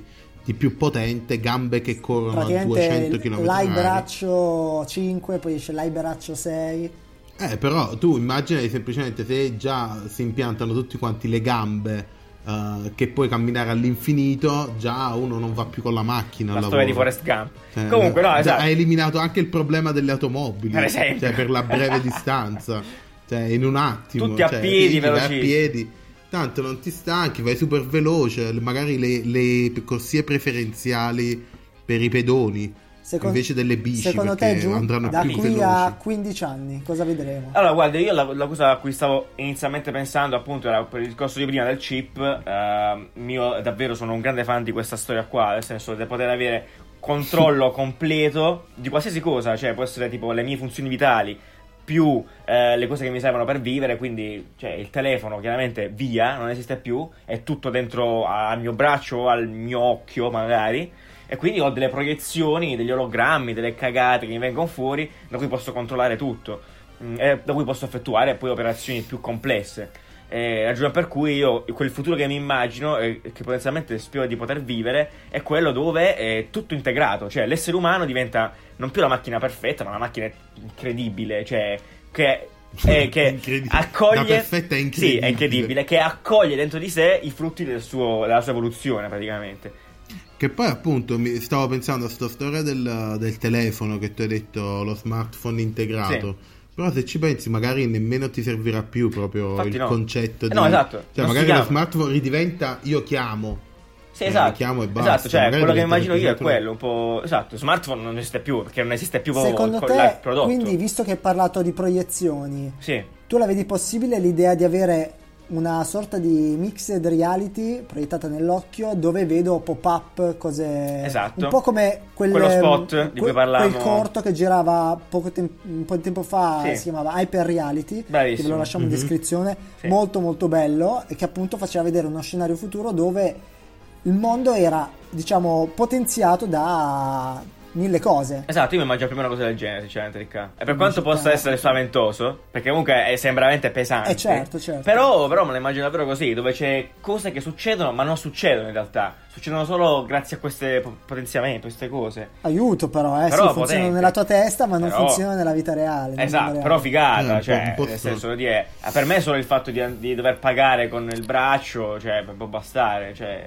di più potente, gambe che corrono a praticamente 200 km/h. l'Ibraccio 5, poi esce l'Ibraccio 6. Però tu immagini semplicemente se già si impiantano tutti quanti le gambe che puoi camminare all'infinito, già uno non va più con la macchina. La storia di Forrest Gump. Comunque, no, esatto. Ha eliminato anche il problema delle automobili, per esempio, cioè per la breve distanza, cioè in un attimo. Tutti a piedi, vai a piedi, tanto non ti stanchi, vai super veloce, magari le corsie preferenziali per i pedoni. Invece delle bici, secondo te, Giù, andranno da più qui veloci. a 15 anni cosa vedremo? Allora, guarda, io la cosa a cui stavo inizialmente pensando, appunto, era per il discorso di prima del chip. Io davvero sono un grande fan di questa storia qua, nel senso di poter avere controllo completo di qualsiasi cosa, cioè può essere tipo le mie funzioni vitali più le cose che mi servono per vivere, quindi cioè il telefono chiaramente via, non esiste più, è tutto dentro al mio braccio o al mio occhio magari. E quindi ho delle proiezioni, degli ologrammi, delle cagate che mi vengono fuori, da cui posso controllare tutto, da cui posso effettuare poi operazioni più complesse. Ragione per cui io, quel futuro che mi immagino, che potenzialmente spero di poter vivere, è quello dove è tutto integrato. Cioè l'essere umano diventa non più la macchina perfetta, ma una macchina incredibile, cioè che accoglie, perfetta è incredibile. Sì, è incredibile, che accoglie dentro di sé i frutti della sua evoluzione praticamente. Che poi appunto mi stavo pensando a sta storia del telefono che tu hai detto, lo smartphone integrato. Sì. Però se ci pensi magari nemmeno ti servirà più proprio infatti il concetto di... No, esatto. Cioè magari lo smartphone ridiventa io chiamo. Sì, esatto. Chiamo e basta. Esatto, cioè quello che immagino io è quello, un po'... Esatto, smartphone non esiste più, perché non esiste più secondo te, il prodotto. Quindi, visto che hai parlato di proiezioni, sì, tu la vedi possibile l'idea di avere una sorta di mixed reality proiettata nell'occhio dove vedo pop-up, cose... Esatto. Un po' come quello spot di cui parlavamo. Quel corto che girava un po' di tempo fa, sì, si chiamava Hyper Reality. Bravissimo. Che ve lo lasciamo in descrizione. Sì. Molto molto bello, e che appunto faceva vedere uno scenario futuro dove il mondo era, diciamo, potenziato da 1000 cose. Esatto, io mi immagino più o meno una cosa del genere, sinceramente, Ricca. E per quanto possa essere spaventoso, perché comunque sembra veramente pesante, certo. Però me la immagino davvero così, dove c'è cose che succedono ma non succedono in realtà, succedono solo grazie a queste potenziamenti, queste cose. Aiuto però però sì, funzionano nella tua testa ma non però funzionano nella vita reale. Esatto, però figata, cioè un po' nel senso di dire, per me solo il fatto di dover pagare con il braccio, cioè può bastare, cioè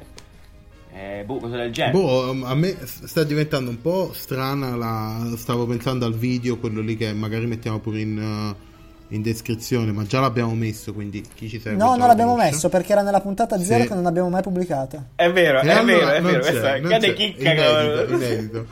cose del genere. A me sta diventando un po' strana stavo pensando al video, quello lì che magari mettiamo pure in descrizione, ma già l'abbiamo messo, quindi chi ci segue no, non l'abbiamo messo perché era nella puntata 0 che non abbiamo mai pubblicato. È vero, è allora vero, questa è grande chicca, inedito.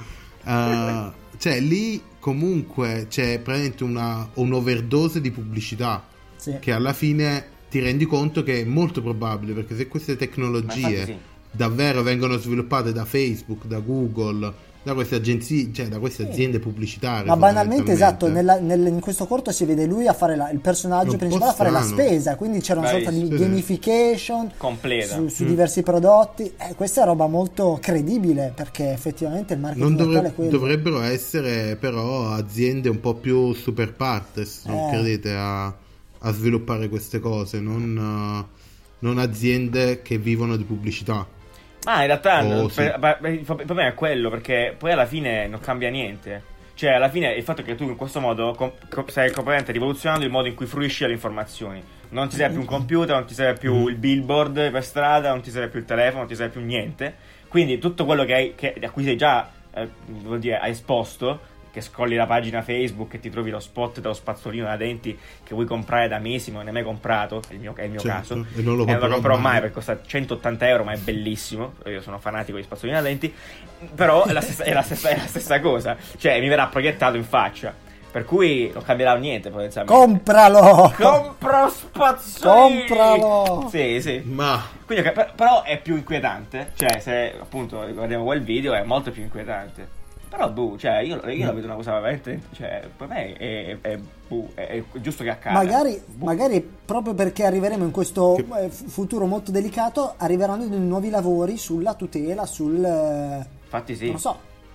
Cioè lì comunque c'è praticamente un'overdose di pubblicità, sì, che alla fine ti rendi conto che è molto probabile, perché se queste tecnologie davvero vengono sviluppate da Facebook, da Google, da queste agenzie, cioè da queste aziende pubblicitarie. Ma banalmente, esatto, in questo corto si vede lui a fare il personaggio principale a fare la spesa, quindi c'era una sorta di gamification completa su diversi prodotti. Questa è roba molto credibile, perché effettivamente il marketing è quello. Dovrebbero essere però aziende un po' più super partes, non credete, a sviluppare queste cose, non aziende che vivono di pubblicità. Ma in realtà il problema è quello, perché poi alla fine non cambia niente. Cioè alla fine il fatto è che tu in questo modo stai completamente rivoluzionando il modo in cui fruisci le informazioni. Non ti serve più un computer, non ti serve più il billboard per strada, non ti serve più il telefono, non ti serve più niente. Quindi tutto quello a cui sei già vuol dire hai esposto, che scrolli la pagina Facebook e ti trovi lo spot dello spazzolino da denti che vuoi comprare da mesi ma non hai mai comprato, è il mio caso, e non lo comprerò mai perché costa 180 euro, ma è bellissimo, io sono fanatico di spazzolini da denti, però è la stessa cosa, cioè mi verrà proiettato in faccia, per cui non cambierà niente potenzialmente. Compralo! Compra spazzolini! Compralo! Sì. Ma quindi, però è più inquietante, cioè se appunto guardiamo quel video è molto più inquietante. Però cioè io la vedo una cosa veramente, cioè per me è giusto che accada. Magari proprio perché arriveremo in questo futuro molto delicato, arriveranno dei nuovi lavori sulla tutela, infatti sì, non so,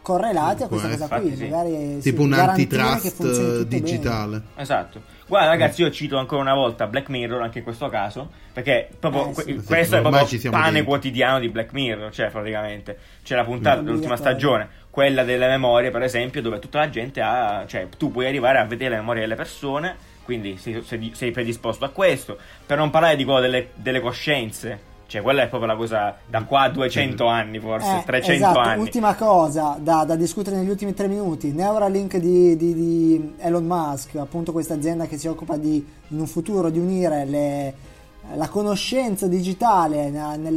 correlati a questa cosa qui, sì. magari tipo un antitrust digitale. Digitale. Esatto. Guarda ragazzi, io cito ancora una volta Black Mirror anche in questo caso, perché proprio questo è proprio pane quotidiano di Black Mirror, cioè praticamente c'è la puntata dell'ultima stagione, quella delle memorie per esempio, dove tutta la gente ha, cioè tu puoi arrivare a vedere le memorie delle persone, quindi sei predisposto a questo, per non parlare di quello delle coscienze. Cioè, quella è proprio la cosa da qua a 200 anni, forse 300 esatto. anni. Ultima cosa da discutere negli ultimi 3 minuti: Neuralink di Elon Musk, appunto questa azienda che si occupa in un futuro di unire la conoscenza digitale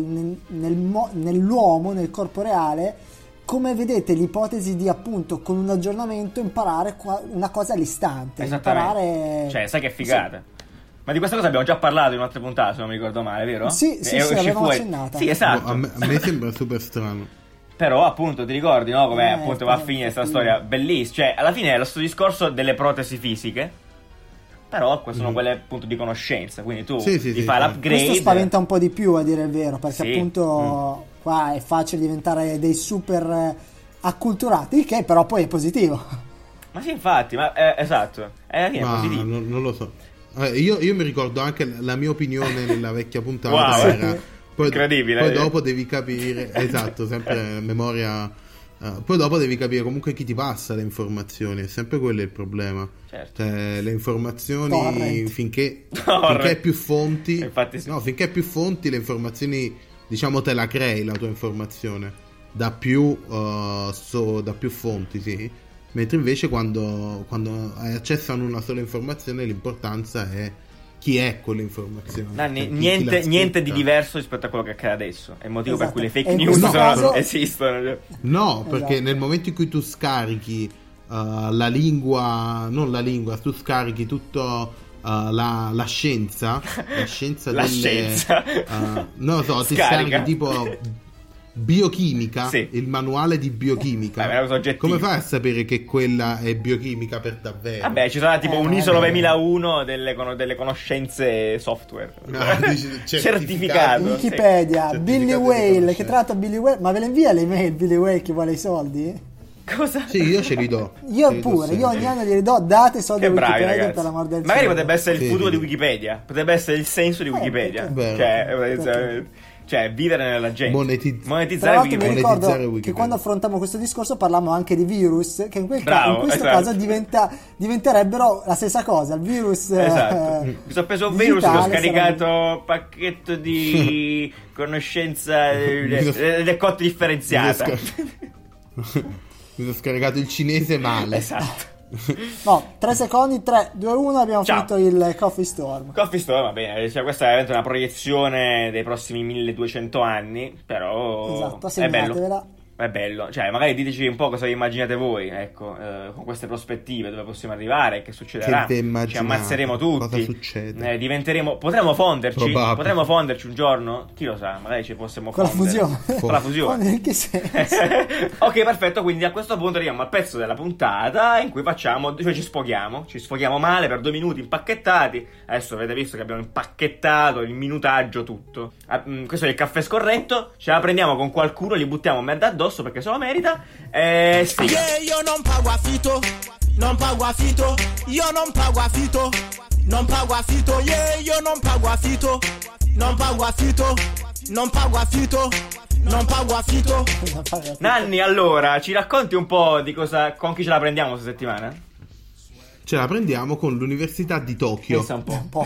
nell'uomo, nel corpo reale. Come vedete l'ipotesi di appunto con un aggiornamento imparare una cosa all'istante. Esattamente. Cioè, sai che figata. Sì. Ma di questa cosa abbiamo già parlato in un'altra puntata, se non mi ricordo male, vero? Sì, l'avevamo accennata. Sì, esatto. A me sembra super strano. Però appunto ti ricordi, no? Come appunto va a finire questa storia bellissima. Cioè, alla fine è lo stesso discorso delle protesi fisiche. Però queste sono quelle appunto di conoscenza. Quindi tu fai l'upgrade. Questo spaventa un po' di più, a dire il vero, perché appunto qua è facile diventare dei super acculturati, che però poi è positivo. Ma sì, infatti, esatto. Alla fine è positivo. Non lo so. Io mi ricordo anche la mia opinione nella vecchia puntata. Wow, era, incredibile. Poi dopo devi capire, esatto, sempre memoria. Poi dopo devi capire comunque chi ti passa le informazioni, è sempre quello il problema. Certo. Cioè, le informazioni finché hai più fonti, infatti sì. No, finché hai più fonti, le informazioni, diciamo, te la crei la tua informazione da più fonti, sì. Mentre invece quando hai accesso a una sola informazione, l'importanza è chi è quell'informazione. Nanni, niente di diverso rispetto a quello che accade adesso. È il motivo per cui le fake news esistono. No, perché nel momento in cui tu scarichi la lingua, non la lingua, tu scarichi tutto la scienza, scienza. Non lo so, ti scarichi tipo biochimica, il manuale di biochimica. Come fai a sapere che quella è biochimica per davvero? Vabbè, ci sarà tipo un ISO 9001 delle conoscenze software. Certificato. Wikipedia, Billy Whale, che tra l'altro Billy Whale, ma ve le invia le email Billy Whale che vuole i soldi? Cosa? Sì, io ce li do. Io pure, io ogni anno glieli do, date soldi a Wikipedia, ragazzi. Per l'amor del cielo. Magari potrebbe essere il futuro di Wikipedia, potrebbe essere il senso di Wikipedia. Cioè, vivere nella gente. Monetizzare Wikipedia. Mi ricordo che quando affrontiamo questo discorso parlammo anche di virus, che in questo caso diventerebbero la stessa cosa. Il virus. Esatto. Mi sono preso un virus, ho scaricato un pacchetto di conoscenza del cotto differenziata. Mi sono scaricato il cinese male. Esatto. No, 3 secondi, 3, 2, 1, abbiamo finito il Coffee Storm. Coffee Storm, va bene, cioè, questa è veramente una proiezione dei prossimi 1200 anni, però esatto, è bello, cioè magari diteci un po' cosa vi immaginate voi, ecco, con queste prospettive dove possiamo arrivare, che succederà, ci ammazzeremo tutti, cosa succede? Potremmo fonderci un giorno, chi lo sa, magari ci possiamo fondere con la fusione. In che senso? Ok, perfetto, quindi a questo punto arriviamo al pezzo della puntata in cui ci sfoghiamo male per 2 minuti impacchettati. Adesso avete visto che abbiamo impacchettato il minutaggio tutto. Questo è il caffè scorretto, ce la prendiamo con qualcuno, gli buttiamo merda addosso perché se lo merita. Io non pago affitto, non pago affitto, io non pago affitto, non pago affitto, io non pago affitto, non pago affitto, non pago affitto, non pago affitto. Nanni, allora, ci racconti un po' di con chi ce la prendiamo questa settimana? Ce la prendiamo con l'Università di Tokyo. Pensa un po'.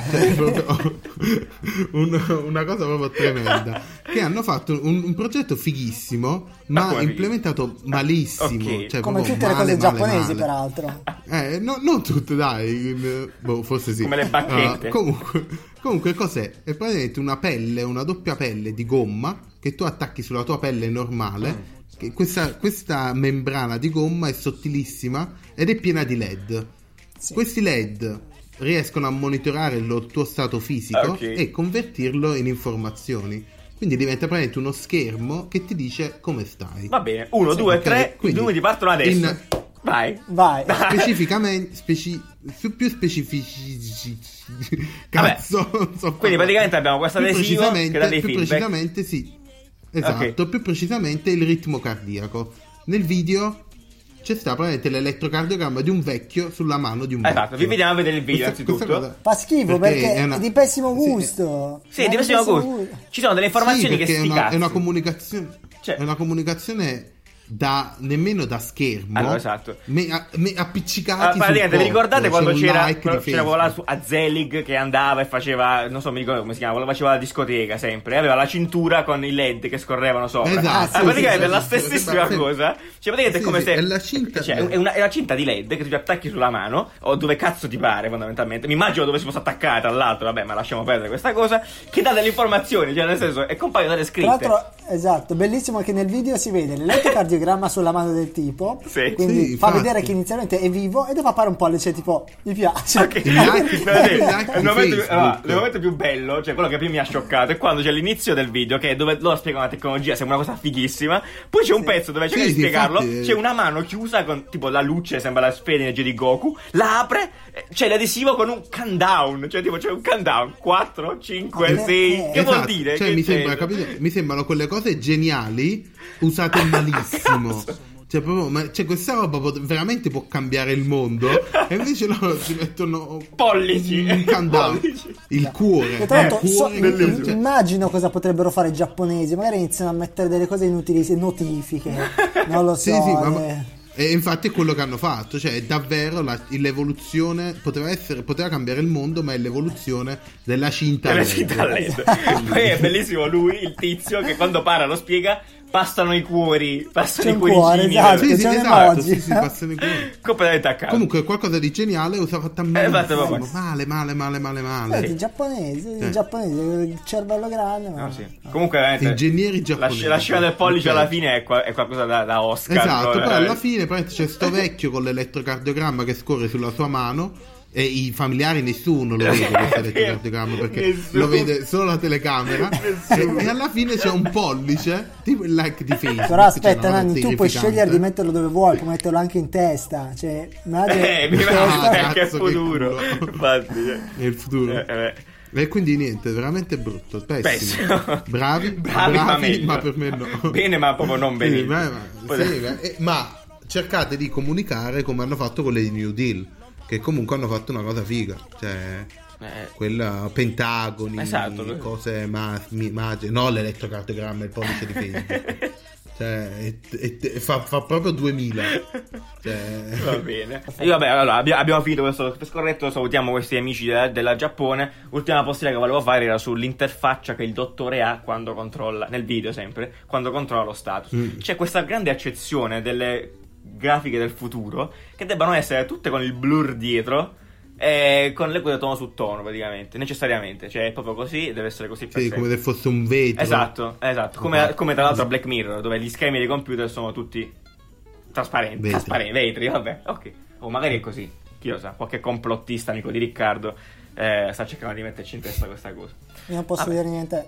Una cosa proprio tremenda. Che hanno fatto un progetto fighissimo, ma implementato malissimo. Okay. Cioè, come tutte le cose giapponesi, peraltro. Non tutte, dai. Forse sì. Come le bacchette. Comunque cos'è? È praticamente una doppia pelle di gomma che tu attacchi sulla tua pelle normale. Che questa membrana di gomma è sottilissima ed è piena di LED. Sì. Questi LED riescono a monitorare il tuo stato fisico e convertirlo in informazioni. Quindi diventa praticamente uno schermo che ti dice come stai. Va bene, 1, 2, 3, i numeri partono adesso. Vai. Specificamente, più specifici. Cazzo, non so. Quindi praticamente abbiamo questo adesivo che dà dei feedback. Precisamente sì. Esatto, più precisamente il ritmo cardiaco. Nel video c'è sta praticamente l'elettrocardiogramma di un vecchio sulla mano di un vecchio. Esatto, vi vediamo a vedere il video innanzitutto. Fa schifo perché è di pessimo gusto. Sì, di pessimo gusto. Ci sono delle informazioni che è una comunicazione. Cioè, è una comunicazione nemmeno da schermo. Allora, esatto. Appiccicati. Praticamente, vi ricordate quando c'era quello là su a Zelig che andava e faceva, non so, mi ricordo come si chiama, quello faceva la discoteca sempre, aveva la cintura con i LED che scorrevano sopra. Esatto. Praticamente è la stessissima cosa. Cioè, praticamente è come se è la cinta, è una cinta di LED che tu ti attacchi sulla mano o dove cazzo ti pare, fondamentalmente. Mi immagino dove si possa attaccare, tra l'altro, vabbè, ma lasciamo perdere questa cosa, che dà delle informazioni, cioè nel senso, e compaiono delle scritte. Tra l'altro, esatto, bellissimo che nel video si vede l'elettrocardiogramma sulla mano del tipo, quindi fa vedere che inizialmente è vivo e dopo appare un pollice tipo gli piace. Okay. Il momento più bello, cioè quello che più mi ha scioccato, è quando c'è l'inizio del video, che è dove loro spiegano la tecnologia, sembra una cosa fighissima. Poi c'è un pezzo dove cerca di spiegarlo, c'è una mano chiusa con tipo la luce, sembra la sfera di energia di Goku, la apre, c'è l'adesivo con un countdown, cioè tipo c'è un countdown 4, 5, 6. Che vuol dire? Cioè mi sembrano quelle cose geniali usate malissimo. Cioè, proprio, questa roba veramente può cambiare il mondo. E invece loro si mettono pollici, un countdown, il cuore. E tra l'altro, immagino cosa potrebbero fare i giapponesi. Magari iniziano a mettere delle cose inutili, notifiche. Non lo so. E infatti è quello che hanno fatto, cioè davvero l'evoluzione poteva cambiare il mondo, ma è l'evoluzione della cinta LED. Poi è bellissimo lui, il tizio, che quando parla lo spiega. Passano i cuori, c'è un cuore, esatto, sì, passano i cuori. Completamente a caso. Comunque qualcosa di geniale usa fatta male. I giapponesi, il cervello grande. No, sì. Comunque veramente ingegneri giapponesi. La scena del pollice alla fine è qualcosa da Oscar. Esatto, poi alla fine c'è sto vecchio con l'elettrocardiogramma che scorre sulla sua mano. E i familiari nessuno lo vede questo elettrocardiogramma perché lo vede solo la telecamera e alla fine c'è un pollice tipo il like di Facebook. Però aspetta Nanni, tu puoi scegliere di metterlo dove vuoi, puoi metterlo anche in testa, cioè che è futuro, infatti è il futuro. E quindi niente, veramente brutto, pessimo. Bravi ma per me no. Bene ma proprio non bene. Ma cercate di comunicare come hanno fatto con le New Deal, che comunque hanno fatto una cosa figa, cioè quella pentagoni, esatto, cose magiche, no l'elettrocardiogramma, il pollice di Facebook. Cioè fa proprio 2000. Va bene. Vabbè, allora abbiamo finito questo scorretto. Salutiamo questi amici della Giappone. L'ultima postilla che volevo fare era sull'interfaccia che il dottore ha quando controlla, nel video sempre, quando controlla lo status. C'è questa grande accezione delle grafiche del futuro che debbano essere tutte con il blur dietro e con l'equo da tono su tono, praticamente, necessariamente, cioè è proprio così, deve essere così per come se fosse un vetro. Esatto, come tra l'altro Black Mirror, dove gli schermi dei computer sono tutti trasparenti, vetri, vabbè, ok, o magari è così, chi lo sa, qualche complottista amico di Riccardo sta cercando di metterci in testa questa cosa. Io non posso dire niente.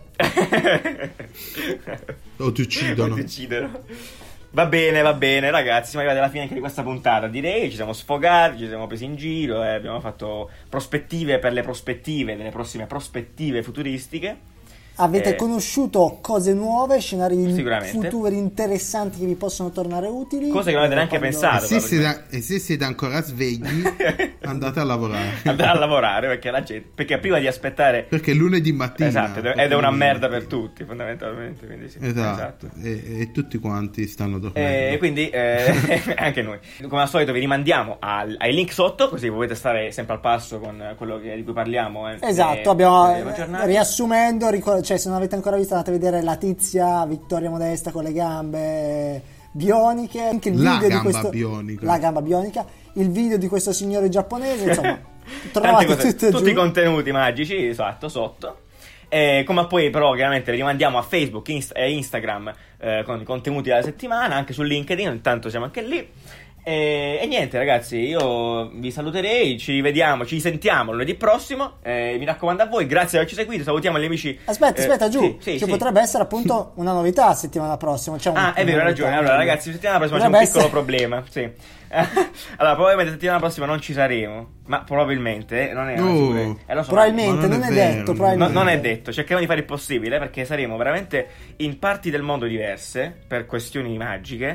O ti uccidono. Va bene ragazzi, siamo arrivati alla fine anche di questa puntata. Direi ci siamo sfogati, ci siamo presi in giro e abbiamo fatto prospettive per le prospettive delle prossime prospettive futuristiche. Avete conosciuto cose nuove, scenari futuri interessanti che vi possono tornare utili, cose che non avete neanche pensato. E se siete ancora svegli, andate a lavorare. Andate a lavorare perché prima di aspettare, perché lunedì mattina, esatto, ed è una merda per tutti fondamentalmente, quindi sì, esatto. E tutti quanti stanno dormendo e quindi anche noi come al solito vi rimandiamo ai link sotto, così potete stare sempre al passo con quello di cui parliamo. Esatto, abbiamo riassumendo, cioè se non avete ancora visto andate a vedere la tizia Vittoria Modesta con le gambe bioniche, anche il video di questo la gamba bionica, il video di questo signore giapponese, insomma trovate tutti i contenuti magici, esatto, sotto. Come poi però chiaramente vi rimandiamo a Facebook e Instagram con i contenuti della settimana, anche su LinkedIn, intanto siamo anche lì. E niente ragazzi, io vi saluterei, ci rivediamo, ci sentiamo lunedì prossimo, mi raccomando a voi, grazie per averci seguito, salutiamo gli amici. Aspetta giù, ci potrebbe essere appunto una novità settimana prossima. È vero, hai ragione. Allora ragazzi, settimana prossima c'è un piccolo problema, sì. Allora probabilmente settimana prossima non ci saremo, ma probabilmente non è lo so, probabilmente non è detto, non è detto, cercheremo di fare il possibile perché saremo veramente in parti del mondo diverse per questioni magiche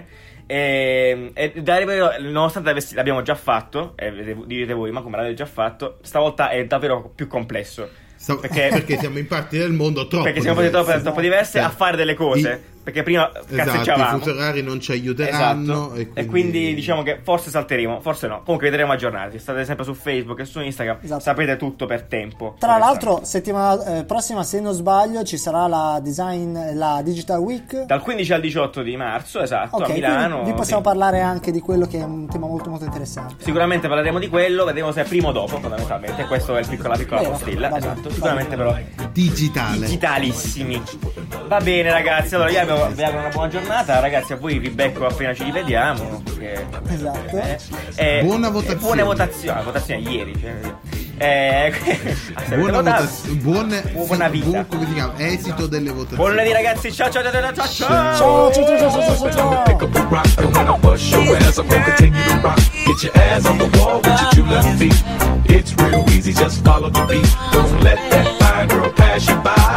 E nonostante l'abbiamo già fatto, direte voi, ma come l'avete già fatto, stavolta è davvero più complesso. Perché siamo in parti del mondo troppo diverse a fare delle cose. Perché prima i fusi orari non ci aiuteranno, esatto. E quindi diciamo che forse salteremo, forse no. Comunque vedremo aggiornati. State sempre su Facebook e su Instagram, esatto. Sapete tutto per tempo. Tra l'altro settimana prossima, se non sbaglio, ci sarà la Digital Week dal 15 al 18 di marzo, esatto, a Milano. Vi possiamo parlare anche di quello, che è un tema molto molto interessante. Sicuramente parleremo di quello, vedremo se è prima o dopo, fondamentalmente. Questo è la piccola postilla, esatto. Sicuramente però digitalissimi. Va bene ragazzi, allora io vi auguro una buona giornata, ragazzi. A voi vi becco appena ci rivediamo. Esatto. Buona votazione. Buone votazioni. La votazione ieri. Buona vita. Come si chiama? Esito delle votazioni. Buon lunedì ragazzi. Ciao. Ciao. Pick up a rock, and when I bust your ass, I'm gonna continue to rock. Get your ass on the wall with your two left feet. It's real easy, just follow the beat. Don't let that fine girl pass you by.